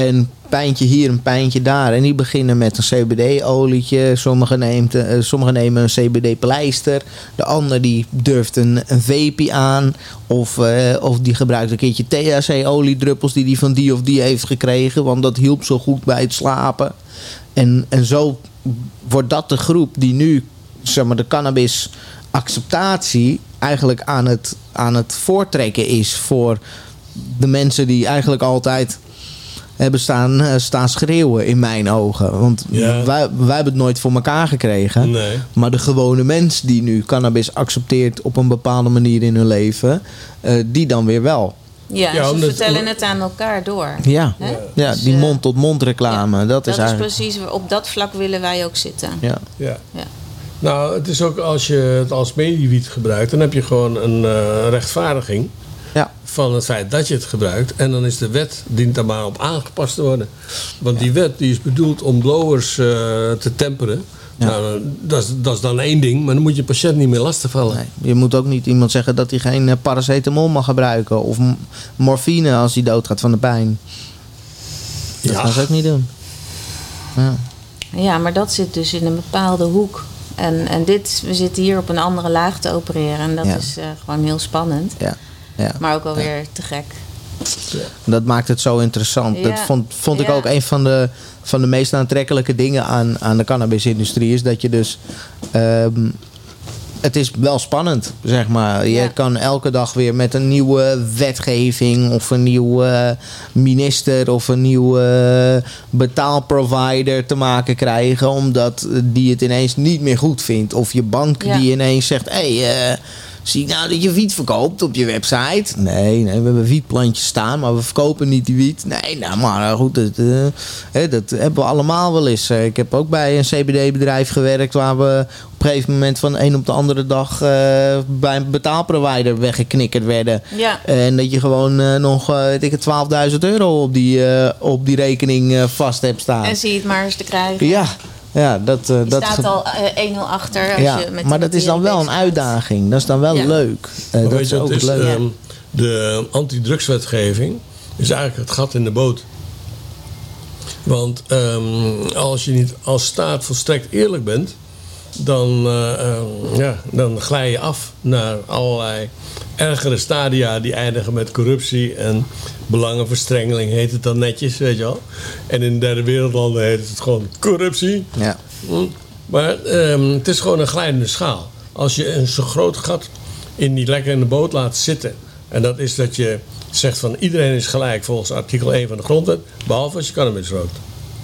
pijntje hier, een pijntje daar. En die beginnen met een C B D-olietje. Sommigen, neemt, uh, sommigen nemen een C B D-pleister. De ander die durft een, een vape aan. Of, uh, of die gebruikt een keertje T H C-oliedruppels die die van die of die heeft gekregen. Want dat hielp zo goed bij het slapen. En, en zo wordt dat de groep die nu, zeg maar, de cannabis-acceptatie eigenlijk aan het, aan het voortrekken is voor de mensen die eigenlijk altijd hebben staan, uh, staan schreeuwen in mijn ogen. Want Ja. wij, wij hebben het nooit voor elkaar gekregen. Nee. Maar de gewone mens die nu cannabis accepteert op een bepaalde manier in hun leven, uh, die dan weer wel. Ja, Ja, ze omdat- vertellen het aan elkaar door. Ja, Hè? ja Dus, die eh, mond-tot-mond reclame. dat, Dat is is eigenlijk. precies, op dat vlak willen wij ook zitten. Ja. Ja. Ja. Nou, het is ook als je het als mediewiet gebruikt, dan heb je gewoon een uh, rechtvaardiging Ja. van het feit dat je het gebruikt. En dan is de wet, dient daar maar op aangepast te worden. Want die wet die is bedoeld om blowers uh, te temperen. Ja. Nou, dat is, dat is dan één ding, maar dan moet je patiënt niet meer lastigvallen. Nee, je moet ook niet iemand zeggen dat hij geen uh, paracetamol mag gebruiken. Of m- morfine als hij doodgaat van de pijn. Dat Ja. gaan ze ook niet doen. Ja. Ja, maar dat zit dus in een bepaalde hoek. En, en dit, we zitten hier op een andere laag te opereren. En dat Ja. is uh, gewoon heel spannend. Ja. Ja. Maar ook alweer te gek. Dat maakt het zo interessant. Ja. Dat vond, vond ik Ja. ook een van de, van de meest aantrekkelijke dingen aan, aan de cannabisindustrie. Is dat je dus... ehm, het is wel spannend, zeg maar. Je Ja. kan elke dag weer met een nieuwe wetgeving of een nieuwe minister of een nieuwe betaalprovider te maken krijgen, omdat die het ineens niet meer goed vindt. Of je bank Ja. die ineens zegt, hé, hey, uh, zie ik nou dat je wiet verkoopt op je website? Nee, nee, we hebben wietplantjes staan, maar we verkopen niet die wiet. Nee, nou maar goed, dat, uh, hè, dat hebben we allemaal wel eens. Uh, ik heb ook bij een C B D-bedrijf gewerkt waar we op een gegeven moment van de een op de andere dag uh, bij een betaalprovider weggeknikkerd werden. Ja. En dat je gewoon uh, nog uh, weet ik het, twaalfduizend euro op die, uh, op die rekening uh, vast hebt staan. En zie je het maar eens te krijgen. Ja, ja, dat... Uh, Je dat staat ge- al uh, één nul achter. Als ja, je met maar die dat is dan wel een materie bezig bent. uitdaging. Dat is dan wel Ja. leuk. Uh, Maar dat weet is je, ook het het is, leuke. ehm, de antidrugswetgeving is eigenlijk het gat in de boot. Want ehm, als je niet als staat volstrekt eerlijk bent, dan, uh, uh, ja, dan glij je af naar allerlei ergere stadia die eindigen met corruptie en belangenverstrengeling, heet het dan netjes, weet je wel. En in derde wereldlanden heet het gewoon corruptie. Ja. Hm. Maar ehm, het is gewoon een glijdende schaal. Als je een zo groot gat in die lekker in de boot laat zitten, en dat is dat je zegt van iedereen is gelijk volgens artikel één van de grondwet, behalve als je cannabis rookt.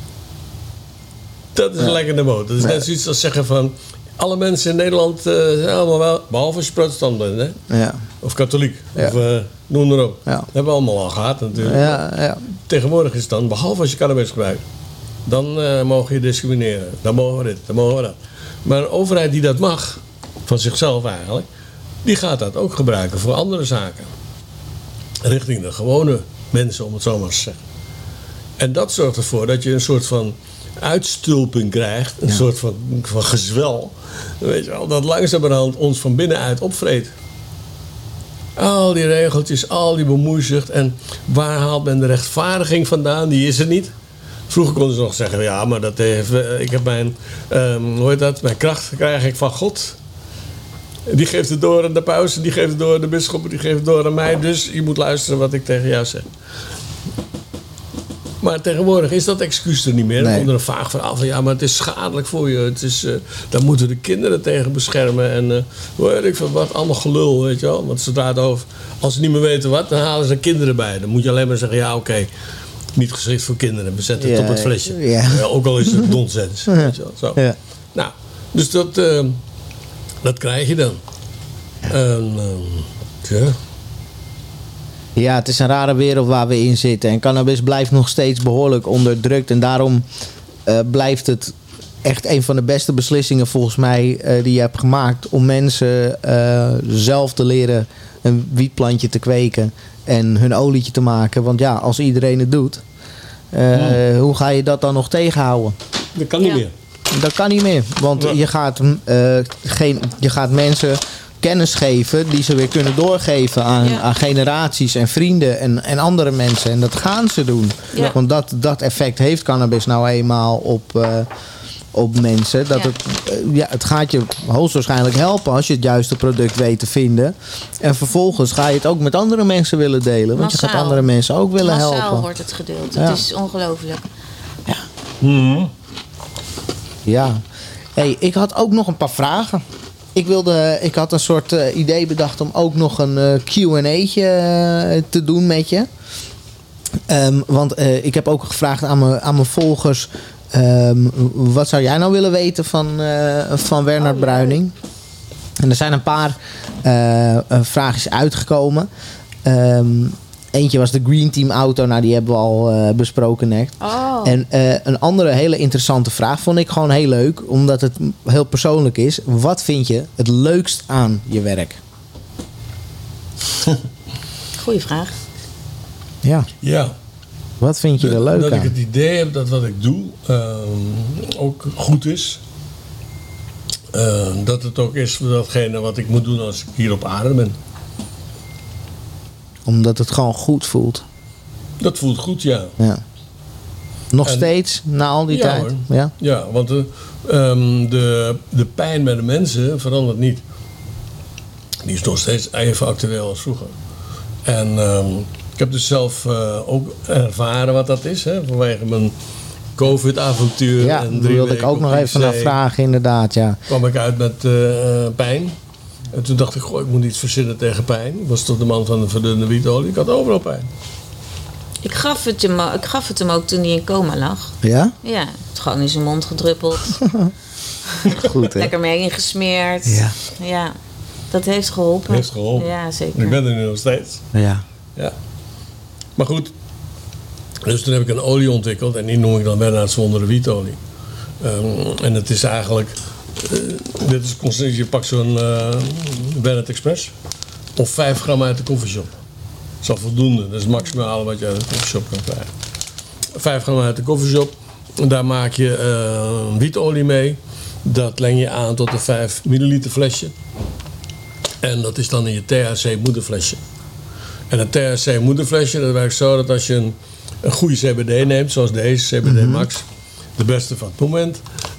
Dat is een lekker in de boot. Dat is net zoiets als zeggen van alle mensen in Nederland uh, zijn allemaal wel, behalve als je protestant bent, hè? Ja. Of katholiek, Ja. of uh, noem maar op. Ja. Dat hebben we allemaal al gehad natuurlijk. Ja, ja. Tegenwoordig is het dan, behalve als je cannabis gebruikt, dan uh, mogen je discrimineren. Dan mogen we dit, dan mogen we dat. Maar een overheid die dat mag, van zichzelf eigenlijk, die gaat dat ook gebruiken voor andere zaken. Richting de gewone mensen, om het zo maar te zeggen. En dat zorgt ervoor dat je een soort van uitstulping krijgt. Een Ja. soort van, van gezwel. Weet je wel, dat langzamerhand ons van binnenuit opvreet. Al die regeltjes, al die bemoeizucht. En waar haalt men de rechtvaardiging vandaan? Die is er niet. Vroeger konden ze nog zeggen, ja, maar dat heeft, eh, ik heb mijn, um, hoe heet dat, mijn kracht krijg ik van God. Die geeft het door aan de paus, die geeft het door aan de bisschop, die geeft het door aan mij. Dus je moet luisteren wat ik tegen jou zeg. Maar tegenwoordig is dat excuus er niet meer. Dan Nee. komt er een vaag verhaal van, ja, maar het is schadelijk voor je. Het is, uh, daar moeten de kinderen tegen beschermen. En uh, hoe weet ik van wat, allemaal gelul, weet je wel. Want zodra het over, als ze niet meer weten wat, dan halen ze kinderen bij. Dan moet je alleen maar zeggen, ja, oké. Okay, niet geschikt voor kinderen. We zetten het Ja, op het flesje. ja. Ja, ook al is het nonsens. Weet je wel. Zo. Ja. Nou, dus dat, uh, dat krijg je dan. En, uh, tja. Ja, het is een rare wereld waar we in zitten. En cannabis blijft nog steeds behoorlijk onderdrukt. En daarom uh, blijft het echt een van de beste beslissingen volgens mij uh, die je hebt gemaakt. Om mensen uh, zelf te leren een wietplantje te kweken. En hun olietje te maken. Want ja, als iedereen het doet. Uh, Hmm. Hoe ga je dat dan nog tegenhouden? Dat kan niet Ja. meer. Dat kan niet meer. Want Ja. je, gaat, uh, geen, je gaat mensen kennis geven die ze weer kunnen doorgeven aan, Ja. aan generaties en vrienden en, en andere mensen. En dat gaan ze doen. Ja. Want dat, dat effect heeft cannabis nou eenmaal op, uh, op mensen. Dat Ja. het, uh, ja, het gaat je hoogstwaarschijnlijk helpen als je het juiste product weet te vinden. En vervolgens ga je het ook met andere mensen willen delen. Want je gaat Massaal. andere mensen ook willen Massaal helpen. wordt het gedeeld. Ja. Het is ongelooflijk. Mhm. Ja. Hey, ik had ook nog een paar vragen. Ik, wilde, ik had een soort uh, idee bedacht om ook nog een uh, Q en A'tje uh, te doen met je. Um, want uh, ik heb ook gevraagd aan mijn, aan mijn volgers... Um, wat zou jij nou willen weten van, uh, van Wernert Bruining? En er zijn een paar uh, uh, vraagjes uitgekomen. Um, eentje was de Green Team auto. Nou, die hebben we al uh, besproken net. Oh. En uh, een andere hele interessante vraag vond ik gewoon heel leuk. Omdat het heel persoonlijk is. Wat vind je het leukst aan je werk? Goeie vraag. Ja, Ja. wat vind je er leuk dat aan? ik het idee heb dat wat ik doe um, ook goed is. Uh, dat het ook is voor datgene wat ik moet doen als ik hier op aarde ben. Omdat het gewoon goed voelt. Dat voelt goed, ja. Ja. Nog En- steeds, na al die Ja, tijd? hoor. Ja. Ja, want de, um, de, de pijn bij de mensen verandert niet. Die is nog steeds even actueel als vroeger. En um, ik heb dus zelf uh, ook ervaren wat dat is. Hè, vanwege mijn COVID-avontuur. Ja, en daar drie wilde ik weken ook op nog I C. even naar vragen, inderdaad. Ja. Kwam ik uit met uh, pijn. En toen dacht ik, goh, ik moet iets verzinnen tegen pijn. Ik was toch de man van de verdunde wietolie. Ik had overal pijn. Ik gaf, het hem, ik gaf het hem ook toen hij in coma lag. Ja? Ja, het gewoon in zijn mond gedruppeld. Goed, hè? Lekker mee ingesmeerd. Ja. Ja, dat heeft geholpen. Heeft geholpen. Ja, En zeker. ik ben er nu nog steeds. Ja. Ja. Maar goed. Dus toen heb ik een olie ontwikkeld. En die noem ik dan Bernard's Wondere Wietolie. Um, en het is eigenlijk... Uh, dit is constant, je pakt zo'n uh, Bernard Express. Of vijf gram uit de koffieshop. Dat is al voldoende. Dat is het maximale wat je uit de koffieshop kan krijgen. vijf gram uit de koffieshop. En daar maak je uh, wietolie mee. Dat leng je aan tot een vijf milliliter flesje. En dat is dan in je T H C moederflesje. En een T H C moederflesje, dat werkt zo dat als je een, een goede C B D neemt, zoals deze, C B D Mhm. Max, de beste van het moment.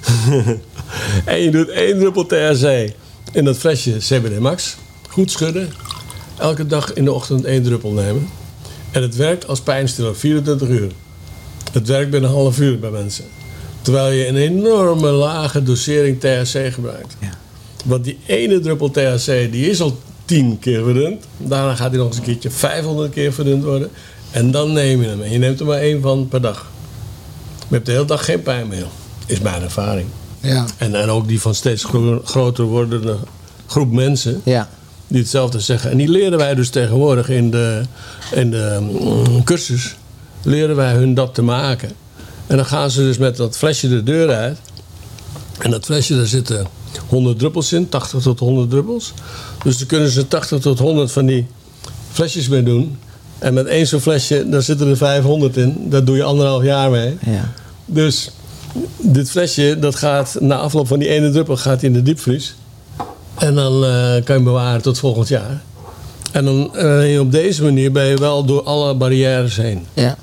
En je doet één druppel T H C in dat flesje C B D Max. Goed schudden. Elke dag in de ochtend één druppel nemen. En het werkt als pijnstiller, vierentwintig uur. Het werkt binnen een half uur bij mensen. Terwijl je een enorme lage dosering T H C gebruikt. Ja. Want die ene druppel T H C die is al tien keer verdund. Daarna gaat hij nog eens een keertje vijfhonderd keer verdund worden. En dan neem je hem. En je neemt er maar één van per dag. Je hebt de hele dag geen pijn meer. Is mijn ervaring. Ja. En, en ook die van steeds gro- groter wordende groep mensen Ja. die hetzelfde zeggen. En die leren wij dus tegenwoordig in de, in de mm, cursus. Leren wij hun dat te maken. En dan gaan ze dus met dat flesje de deur uit. En dat flesje, daar zitten honderd druppels in, tachtig tot honderd druppels. Dus dan kunnen ze tachtig tot honderd van die flesjes mee doen. En met één zo'n flesje, daar zitten er vijfhonderd in. Daar doe je anderhalf jaar mee. Ja. Dus dit flesje, dat gaat na afloop van die ene druppel gaat in de diepvries. En dan uh, kan je hem bewaren tot volgend jaar. En dan uh, op deze manier ben je wel door alle barrières heen. Ja.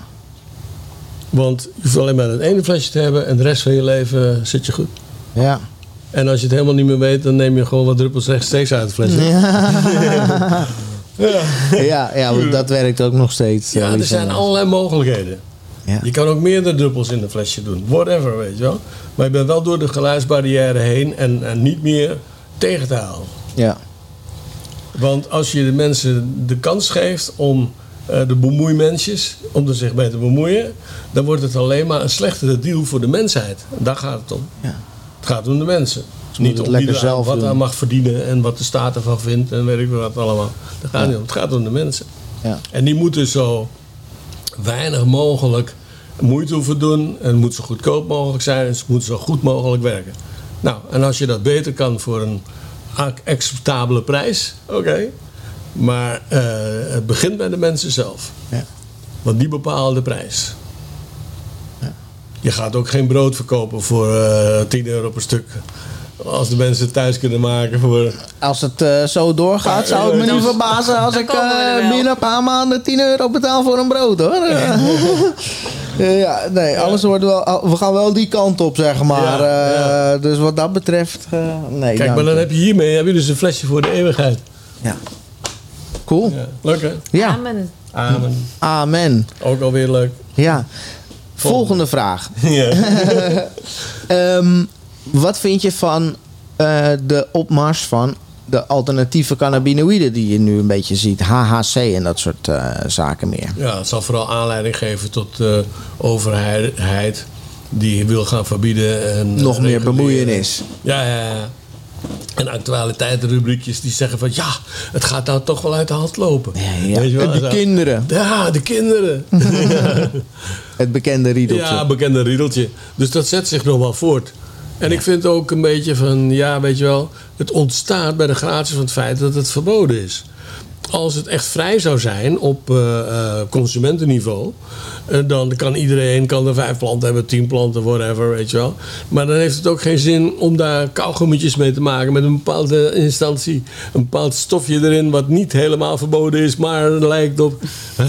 Want je hoeft alleen maar het ene flesje te hebben en de rest van je leven zit je goed. Ja. En als je het helemaal niet meer weet, dan neem je gewoon wat druppels rechtstreeks uit het flesje. Ja. Ja, Ja, ja, want dat werkt ook nog steeds. ja eh, er Lisa. zijn allerlei mogelijkheden. Ja. Je kan ook meerdere druppels in een flesje doen. Whatever, weet je wel. Maar je bent wel door de geluidsbarrière heen en, en niet meer tegen te houden. Ja. Want als je de mensen de kans geeft om uh, de bemoeimensjes, om er zich mee te bemoeien, dan wordt het alleen maar een slechtere deal voor de mensheid. Daar gaat het om. Ja. Het gaat om de mensen. moet Niet het om lekker wie er aan- zelf wat doen. aan mag verdienen en wat de staat ervan vindt en weet ik wat allemaal. Daar gaat het niet om. Het gaat om de mensen. Ja. En die moeten zo weinig mogelijk moeite hoeven doen. En het moet zo goedkoop mogelijk zijn. En het moet zo goed mogelijk werken. Nou, en als je dat beter kan voor een ac- acceptabele prijs, oké. Maar eh, het begint bij de mensen zelf. Ja. Want die bepalen de prijs. Je gaat ook geen brood verkopen voor uh, tien euro per stuk. Als de mensen het thuis kunnen maken voor... Als het uh, zo doorgaat, zou het me niet verbazen als ik uh, binnen een paar maanden tien euro betaal voor een brood, hoor. uh, ja, nee, alles wordt wel... We gaan wel die kant op, zeg maar. Ja, uh, ja. Dus wat dat betreft, uh, nee. Kijk, maar dan heb je hiermee heb je dus een flesje voor de eeuwigheid. Ja. Cool. Ja, leuk, hè? Ja. Amen. Amen. Amen. Ook alweer leuk. Ja. Volgende vraag. Ja. um, wat vind je van uh, de opmars van de alternatieve cannabinoïden die je nu een beetje ziet? H H C en dat soort uh, zaken meer. Ja, het zal vooral aanleiding geven tot de uh, overheid die wil gaan verbieden. En nog uh, meer bemoeienis. Ja, ja, ja. En actualiteitenrubriekjes die zeggen van ja, het gaat nou toch wel uit de hand lopen. Ja, ja. Weet je wel? De kinderen. Ja, de kinderen. Ja. Het bekende riedeltje. Ja, bekende riedeltje. Dus dat zet zich nog wel voort. En ja. ik vind ook een beetje van, ja, weet je wel, het ontstaat bij de gratie van het feit dat het verboden is. Als het echt vrij zou zijn op uh, uh, consumentenniveau, uh, dan kan iedereen kan er vijf planten hebben, tien planten, whatever, weet je wel. Maar dan heeft het ook geen zin om daar kauwgommetjes mee te maken met een bepaalde instantie, een bepaald stofje erin wat niet helemaal verboden is, maar lijkt op. Uh.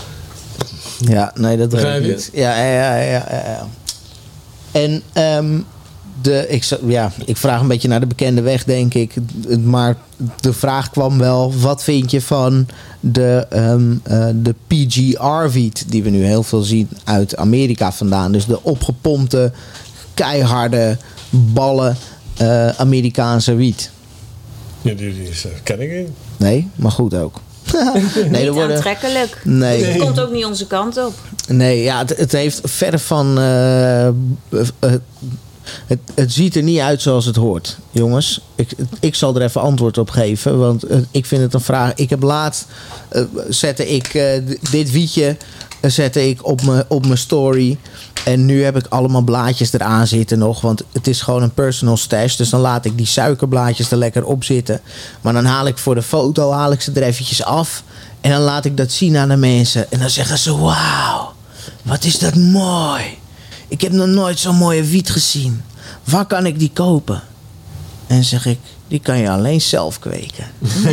Ja, nee, dat begrijp ik niet. Ja, ja, ja, ja, ja. En um, de, ik, ja, ik vraag een beetje naar de bekende weg, denk ik. Maar de vraag kwam wel, wat vind je van de, um, uh, de P G R-wiet die we nu heel veel zien uit Amerika vandaan. Dus de opgepompte, keiharde ballen uh, Amerikaanse wiet. Ja, die, die is, uh, ken ik niet. Nee, maar goed ook. Nee, niet worden... aantrekkelijk. Nee. Het komt ook niet onze kant op. Nee, ja, het, het heeft verre van... Uh, uh, het, het ziet er niet uit zoals het hoort, jongens. Ik, ik zal er even antwoord op geven, want uh, ik vind het een vraag. Ik heb laatst, uh, zette ik uh, dit wietje uh, zette ik op mijn op mijn story. En nu heb ik allemaal blaadjes eraan zitten nog. Want het is gewoon een personal stash. Dus dan laat ik die suikerblaadjes er lekker op zitten. Maar dan haal ik voor de foto haal ik ze er eventjes af. En dan laat ik dat zien aan de mensen. En dan zeggen ze, wauw, wat is dat mooi. Ik heb nog nooit zo'n mooie wiet gezien. Waar kan ik die kopen? En dan zeg ik, die kan je alleen zelf kweken.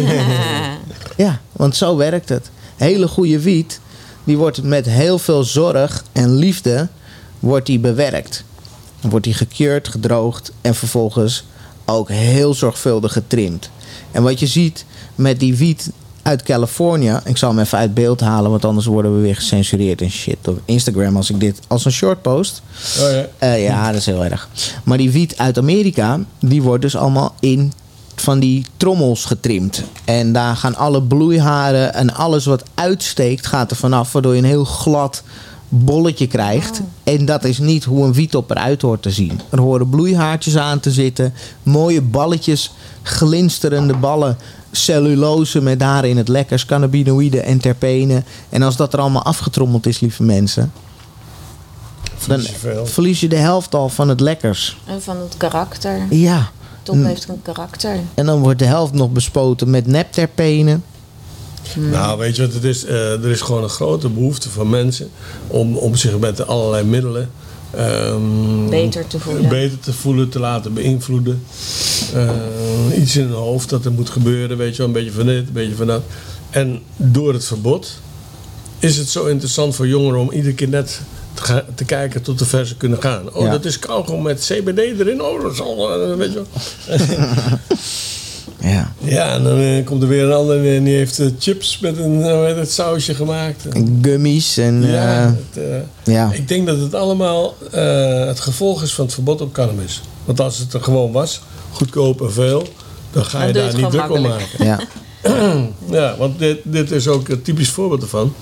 Ja, want zo werkt het. Hele goede wiet, die wordt met heel veel zorg en liefde wordt die bewerkt. Dan wordt die gekeurd, gedroogd en vervolgens ook heel zorgvuldig getrimd. En wat je ziet met die wiet uit Californië, ik zal hem even uit beeld halen, want anders worden we weer gecensureerd en shit op Instagram als ik dit als een short post. Oh ja. Uh, ja, dat is heel erg. Maar die wiet uit Amerika, die wordt dus allemaal in van die trommels getrimd. En daar gaan alle bloeiharen en alles wat uitsteekt gaat er vanaf, waardoor je een heel glad bolletje krijgt. Oh. En dat is niet hoe een wietop eruit hoort te zien. Er horen bloeihaartjes aan te zitten, mooie balletjes, glinsterende ballen, cellulose met daarin het lekkers, cannabinoïden en terpenen. En als dat er allemaal afgetrommeld is, lieve mensen, dan verlies je de helft al van het lekkers. En van het karakter. Ja. Top heeft een karakter. En dan wordt de helft nog bespoten met nepterpenen. Hmm. Nou, weet je wat het is? Uh, er is gewoon een grote behoefte van mensen om, om zich met allerlei middelen um, beter te voelen. Beter te voelen, te laten beïnvloeden. Uh, iets in hun hoofd dat er moet gebeuren, weet je wel, een beetje van dit, een beetje van dat. En door het verbod is het zo interessant voor jongeren om iedere keer net te, ga, te kijken tot hoe ver ze kunnen gaan. Oh, ja. Dat is kauwgom met C B D erin. Oh, dat is al, uh, weet je wel. Ja. Ja, en dan uh, komt er weer een ander en die heeft uh, chips met een uh, het sausje gemaakt. En gummies en... Uh, ja, het, uh, ja, ik denk dat het allemaal uh, het gevolg is van het verbod op cannabis. Want als het er gewoon was, goedkoop en veel, dan ga je dan daar niet druk om maken. Ja, ja, want dit, dit is ook een typisch voorbeeld ervan.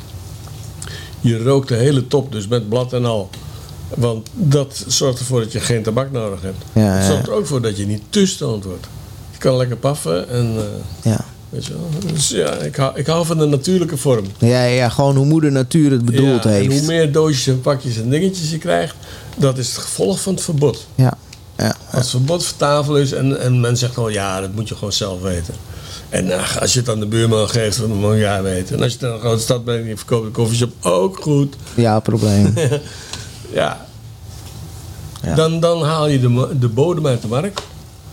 Je rookt de hele top, dus met blad en al. Want dat zorgt ervoor dat je geen tabak nodig hebt. Ja, het zorgt ja. er ook voor dat je niet te stoned wordt. Je kan lekker paffen en uh, ja. Weet je wel. Dus ja, ik hou, ik hou van de natuurlijke vorm. Ja, ja, gewoon hoe moeder natuur het bedoeld ja, heeft. En hoe meer doosjes en pakjes en dingetjes je krijgt, dat is het gevolg van het verbod. Ja. Ja, ja. Als het verbod van tafel is en, en men zegt wel, ja, dat moet je gewoon zelf weten. En ach, als je het aan de buurman geeft, dan moet je ja weten. En als je het in een grote stad bent en je verkoopt een koffieshop, ook goed. Ja, probleem. ja. ja. Dan, dan haal je de, de bodem uit de markt.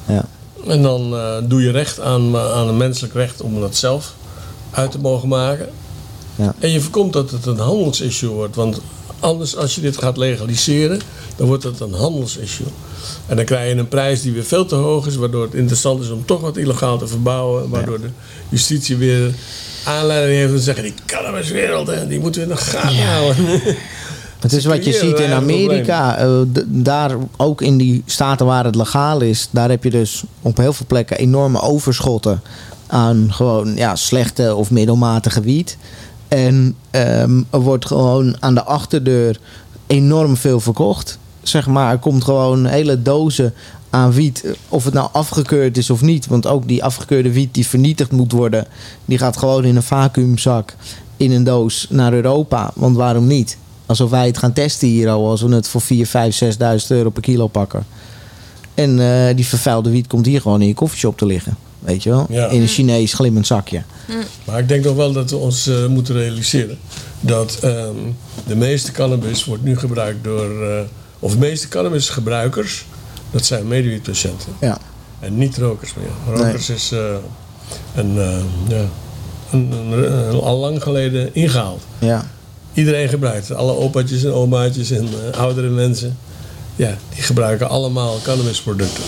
Ja. En dan uh, doe je recht aan, aan een menselijk recht om dat zelf uit te mogen maken. Ja. En je voorkomt dat het een handelsissue wordt. Want anders, als je dit gaat legaliseren, dan wordt het een handelsissue. En dan krijg je een prijs die weer veel te hoog is, waardoor het interessant is om toch wat illegaal te verbouwen. Waardoor de justitie weer aanleiding heeft om te zeggen, die cannabiswereld, hè, die moeten we in de gaten Ja. houden. Het is wat je ziet in Amerika. Uh, d- daar ook in die staten waar het legaal is, daar heb je dus op heel veel plekken enorme overschotten aan gewoon ja, slechte of middelmatige wiet. En um, er wordt gewoon aan de achterdeur enorm veel verkocht. Zeg maar, er komt gewoon hele dozen aan wiet, of het nou afgekeurd is of niet. Want ook die afgekeurde wiet die vernietigd moet worden, die gaat gewoon in een vacuümzak in een doos naar Europa. Want waarom niet? Alsof wij het gaan testen hier al, als we het voor vier, vijf, zesduizend euro per kilo pakken. En uh, die vervuilde wiet komt hier gewoon in je koffieshop te liggen. Weet je wel? Ja. In een Chinees glimmend zakje. Maar ik denk nog wel dat we ons uh, moeten realiseren dat um, de meeste cannabis wordt nu gebruikt door, uh, of de meeste cannabisgebruikers, dat zijn medewieetpatiënten. Ja. En niet rokers meer. Rokers nee. is uh, een, uh, ja, een, een, een, al lang geleden ingehaald. Ja. Iedereen gebruikt het. Alle opaatjes en omaatjes en uh, oudere mensen. Ja, die gebruiken allemaal cannabisproducten.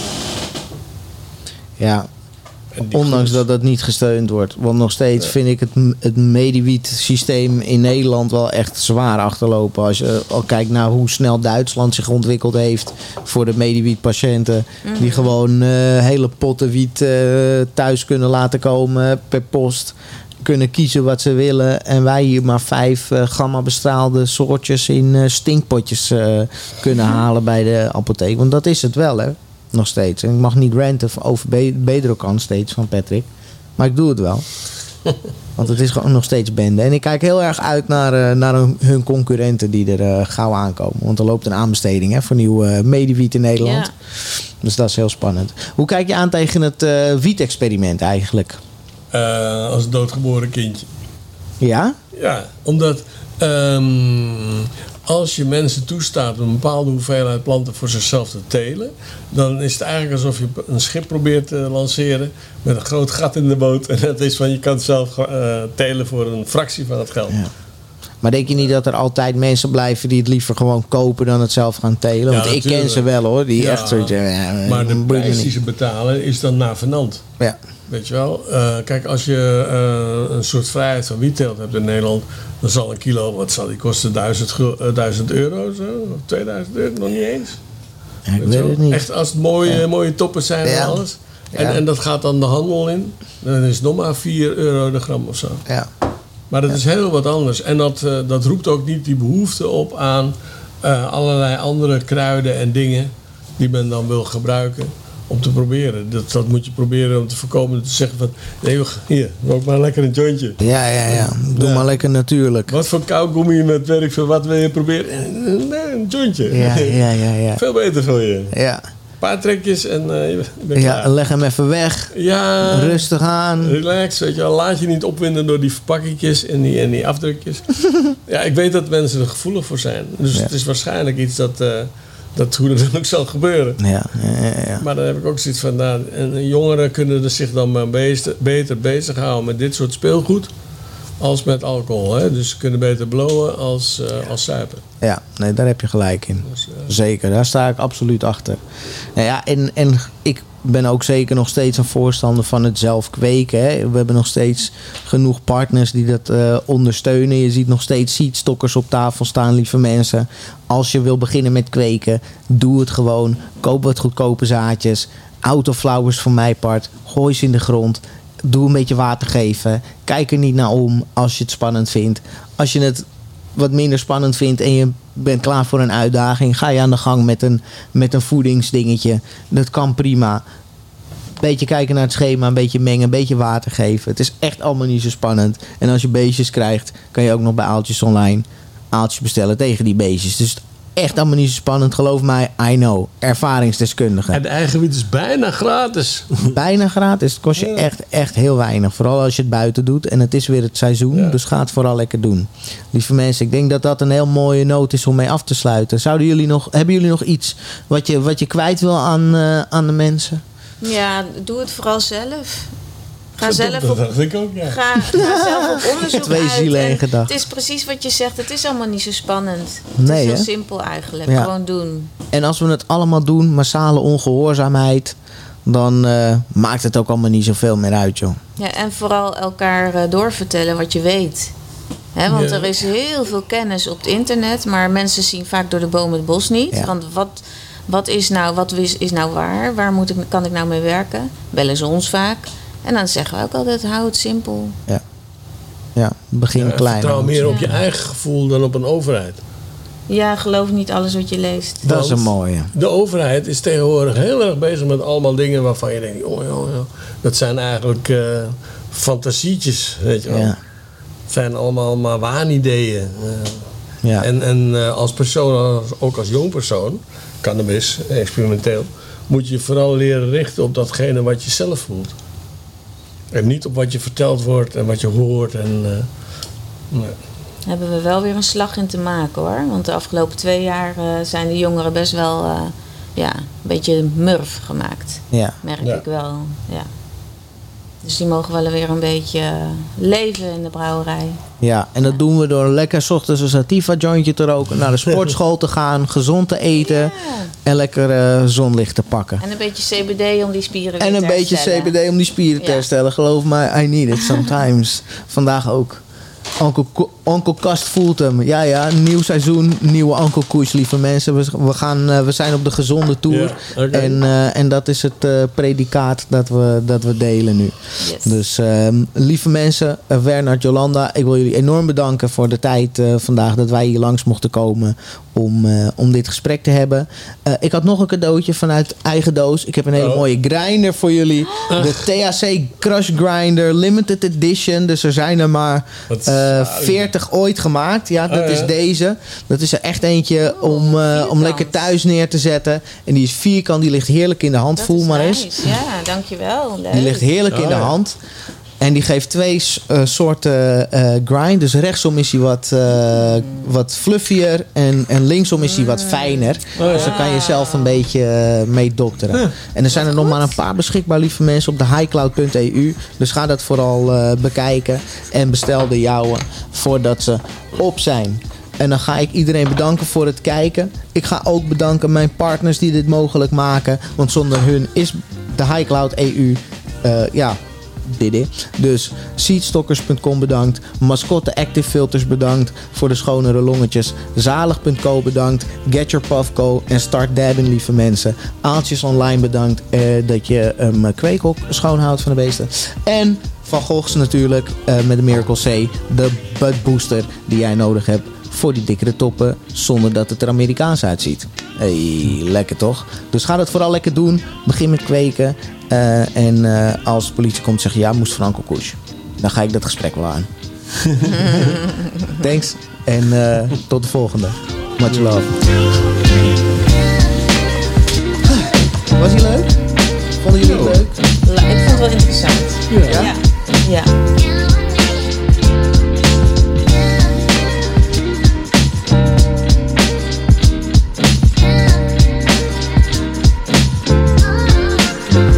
Ja. Ondanks dat dat niet gesteund wordt. Want nog steeds ja. vind ik het, het mediewiet-systeem in Nederland wel echt zwaar achterlopen. Als je al kijkt naar hoe snel Duitsland zich ontwikkeld heeft voor de mediewiet-patiënten. Mm-hmm. Die gewoon uh, hele potten wiet uh, thuis kunnen laten komen per post. Kunnen kiezen wat ze willen. En wij hier maar vijf uh, gamma bestraalde soortjes in uh, stinkpotjes uh, kunnen halen bij de apotheek. Want dat is het wel, hè. Nog steeds. En ik mag niet ranten over Be- Bedrocan steeds van Patrick. Maar ik doe het wel. Want het is gewoon nog steeds bende. En ik kijk heel erg uit naar, uh, naar hun, hun concurrenten die er uh, gauw aankomen. Want er loopt een aanbesteding hè, voor nieuw uh, mediewiet in Nederland. Ja. Dus dat is heel spannend. Hoe kijk je aan tegen het uh, wiet-experiment eigenlijk? Uh, als doodgeboren kindje. Ja? Ja, omdat um, als je mensen toestaat een bepaalde hoeveelheid planten voor zichzelf te telen, dan is het eigenlijk alsof je een schip probeert te lanceren met een groot gat in de boot. En dat is van je kan het zelf uh, telen voor een fractie van het geld. Ja. Maar denk je niet dat er altijd mensen blijven die het liever gewoon kopen dan het zelf gaan telen? Want ja, ik ken ze wel hoor, die ja, echt soort... Uh, maar de prijs die ze betalen is dan navenant. Ja. Weet je wel? Uh, kijk, als je uh, een soort vrijheid van wietteelt hebt in Nederland, dan zal een kilo, wat zal die kosten? duizend euro zo? Of tweeduizend euro? Nog niet eens. Ja, ik weet, weet het niet. Echt als het mooie, ja. mooie toppen zijn en ja. alles. En, ja. en dat gaat dan de handel in. Dan is het nog maar vier euro de gram of zo. Ja. Maar dat ja. is heel wat anders. En dat, uh, dat roept ook niet die behoefte op aan uh, allerlei andere kruiden en dingen die men dan wil gebruiken om te proberen. Dat, dat moet je proberen om te voorkomen. Te zeggen van, nee, hier, rook maar lekker een jointje. Ja, ja, ja. Doe ja. maar lekker natuurlijk. Wat voor kauwgommi met werk voor wat wil je proberen? Nee, een jointje. Ja, ja, ja, ja. Veel beter voor je. Ja. Een paar trekjes en uh, je bent ja, klaar. Leg hem even weg. Ja. Rustig aan. Relax, weet je wel. Laat je niet opwinden door die verpakkingjes en die, en die afdrukjes. Ja, ik weet dat mensen er gevoelig voor zijn. Dus ja. het is waarschijnlijk iets dat... Uh, Dat hoe dat ook zal gebeuren. Ja, ja, ja, ja. Maar dan heb ik ook zoiets van... Nou, en jongeren kunnen er zich dan maar beter, beter bezighouden met dit soort speelgoed als met alcohol. Hè? Dus ze kunnen beter blowen als, uh, als zuipen. Ja, nee, daar heb je gelijk in. Dus, uh... Zeker, daar sta ik absoluut achter. Nou ja, en, en ik ben ook zeker nog steeds een voorstander van het zelf kweken. Hè? We hebben nog steeds genoeg partners die dat uh, ondersteunen. Je ziet nog steeds seedstokkers op tafel staan, lieve mensen. Als je wil beginnen met kweken, doe het gewoon. Koop wat goedkope zaadjes. Autoflowers voor mijn part. Gooi ze in de grond. Doe een beetje water geven. Kijk er niet naar om als je het spannend vindt. Als je het wat minder spannend vindt en je bent klaar voor een uitdaging, ga je aan de gang met een, met een voedingsdingetje. Dat kan prima. Beetje kijken naar het schema, een beetje mengen, een beetje water geven. Het is echt allemaal niet zo spannend. En als je beestjes krijgt, kan je ook nog bij Aaltjes online aaltjes bestellen tegen die beestjes. Dus echt allemaal niet zo spannend, geloof mij. I know. Ervaringsdeskundige. En de eigen wiet is bijna gratis. Bijna gratis. Het kost je ja. echt, echt heel weinig. Vooral als je het buiten doet. En het is weer het seizoen. Ja. Dus ga het vooral lekker doen. Lieve mensen, ik denk dat dat een heel mooie noot is om mee af te sluiten. Zouden jullie nog, hebben jullie nog iets wat je, wat je kwijt wil aan, uh, aan de mensen? Ja, doe het vooral zelf. Ga Dat- zelf dat op, dacht ik ook, ja. ga, ga zelf op onderzoek Twee uit. zielen, één En gedachte. Het is precies wat je zegt. Het is allemaal niet zo spannend. Nee, het is heel hè? simpel eigenlijk. Ja. Gewoon doen. En als we het allemaal doen, massale ongehoorzaamheid, dan uh, maakt het ook allemaal niet zoveel meer uit, joh. Ja, en vooral elkaar uh, doorvertellen wat je weet. Hè, want Ja. er is heel veel kennis op het internet, maar mensen zien vaak door de bomen het bos niet. Ja. Want wat, wat, is nou, wat is, is nou waar? Waar moet ik, kan ik nou mee werken? Bellen ze ons vaak. En dan zeggen we ook altijd, hou het simpel. Ja, ja begin Ja, klein. vertrouw meer op Ja. je eigen gevoel dan op een overheid. Ja, geloof niet alles wat je leest. Dat is Want een mooie. De overheid is tegenwoordig heel erg bezig met allemaal dingen waarvan je denkt, oh, oh, oh. Dat zijn eigenlijk uh, fantasietjes, weet je wel. Ja. Het zijn allemaal maar waanideeën. Uh, Ja. En, en uh, als persoon, als, ook als jong persoon, cannabis, experimenteel, moet je vooral leren richten op datgene wat je zelf voelt. En niet op wat je verteld wordt en wat je hoort. En, uh, nee. Hebben we wel weer een slag in te maken hoor. Want de afgelopen twee jaar uh, zijn de jongeren best wel uh, ja, een beetje murf gemaakt. Ja. Merk Ja. ik wel. Ja. Dus die mogen wel weer een beetje uh, leven in de brouwerij. Ja, en dat doen we door lekker 's ochtends een sativa jointje te roken, naar de sportschool te gaan, gezond te eten Ja. en lekker uh, zonlicht te pakken. En een beetje C B D om die spieren weer En een te beetje herstellen. C B D om die spieren te Ja. herstellen. Geloof me, I need it sometimes. Vandaag ook. Onkel, Ko- Onkel Kast voelt hem. Ja, ja, nieuw seizoen, nieuwe Onkel Koes, lieve mensen. We, we, gaan, uh, we zijn op de gezonde tour. Ja, oké. en, uh, en dat is het uh, predicaat dat we, dat we delen nu. Yes. Dus uh, lieve mensen, uh, Wernard, Jolanda, ik wil jullie enorm bedanken voor de tijd uh, vandaag dat wij hier langs mochten komen om, uh, om dit gesprek te hebben. Uh, ik had nog een cadeautje vanuit eigen doos. Ik heb een hele Oh. mooie grinder voor jullie. De T H C Crush Grinder, limited edition. Dus er zijn er maar Wat uh, zalig. veertig ooit gemaakt. Ja, dat Oh, ja. is deze. Dat is er echt eentje Oh, om, uh, om vierkant. lekker thuis neer te zetten. En die is vierkant, die ligt heerlijk in de hand. Dat Voel is maar eens. nice. Ja, dankjewel. Leuk. Die ligt heerlijk in Oh, de ja. hand. En die geeft twee uh, soorten uh, grind. Dus rechtsom is hij wat, uh, wat fluffier. En, en linksom is hij wat fijner. ja. Dus daar kan je zelf een beetje uh, mee dokteren. Ja. En er zijn er nog maar een paar beschikbaar, lieve mensen, op de highcloud punt e u. Dus ga dat vooral uh, bekijken. En bestel de jouwe voordat ze op zijn. En dan ga ik iedereen bedanken voor het kijken. Ik ga ook bedanken mijn partners die dit mogelijk maken. Want zonder hun is de highcloud punt e u... Uh, ja, dit is. Dus seedstockers punt com bedankt. Mascotte Active Filters bedankt voor de schonere longetjes. Zalig punt co bedankt. Get Your Puff Co. En Start Dabbing, lieve mensen. Aaltjes Online bedankt eh, dat je een um, kweekhok schoonhoudt van de beesten. En Van Goghs natuurlijk uh, met de Miracle C. De butt booster die jij nodig hebt voor die dikkere toppen zonder dat het er Amerikaans uitziet. Hey, lekker toch? Dus ga dat vooral lekker doen. Begin met kweken. Uh, en uh, als de politie komt zeggen ja, moest van Uncle Kush. Dan ga ik dat gesprek wel aan. Thanks. En uh, tot de volgende. Much love. Was hij leuk? Vonden jullie het leuk? Ik vond het wel interessant. Ja. Ja. Ja.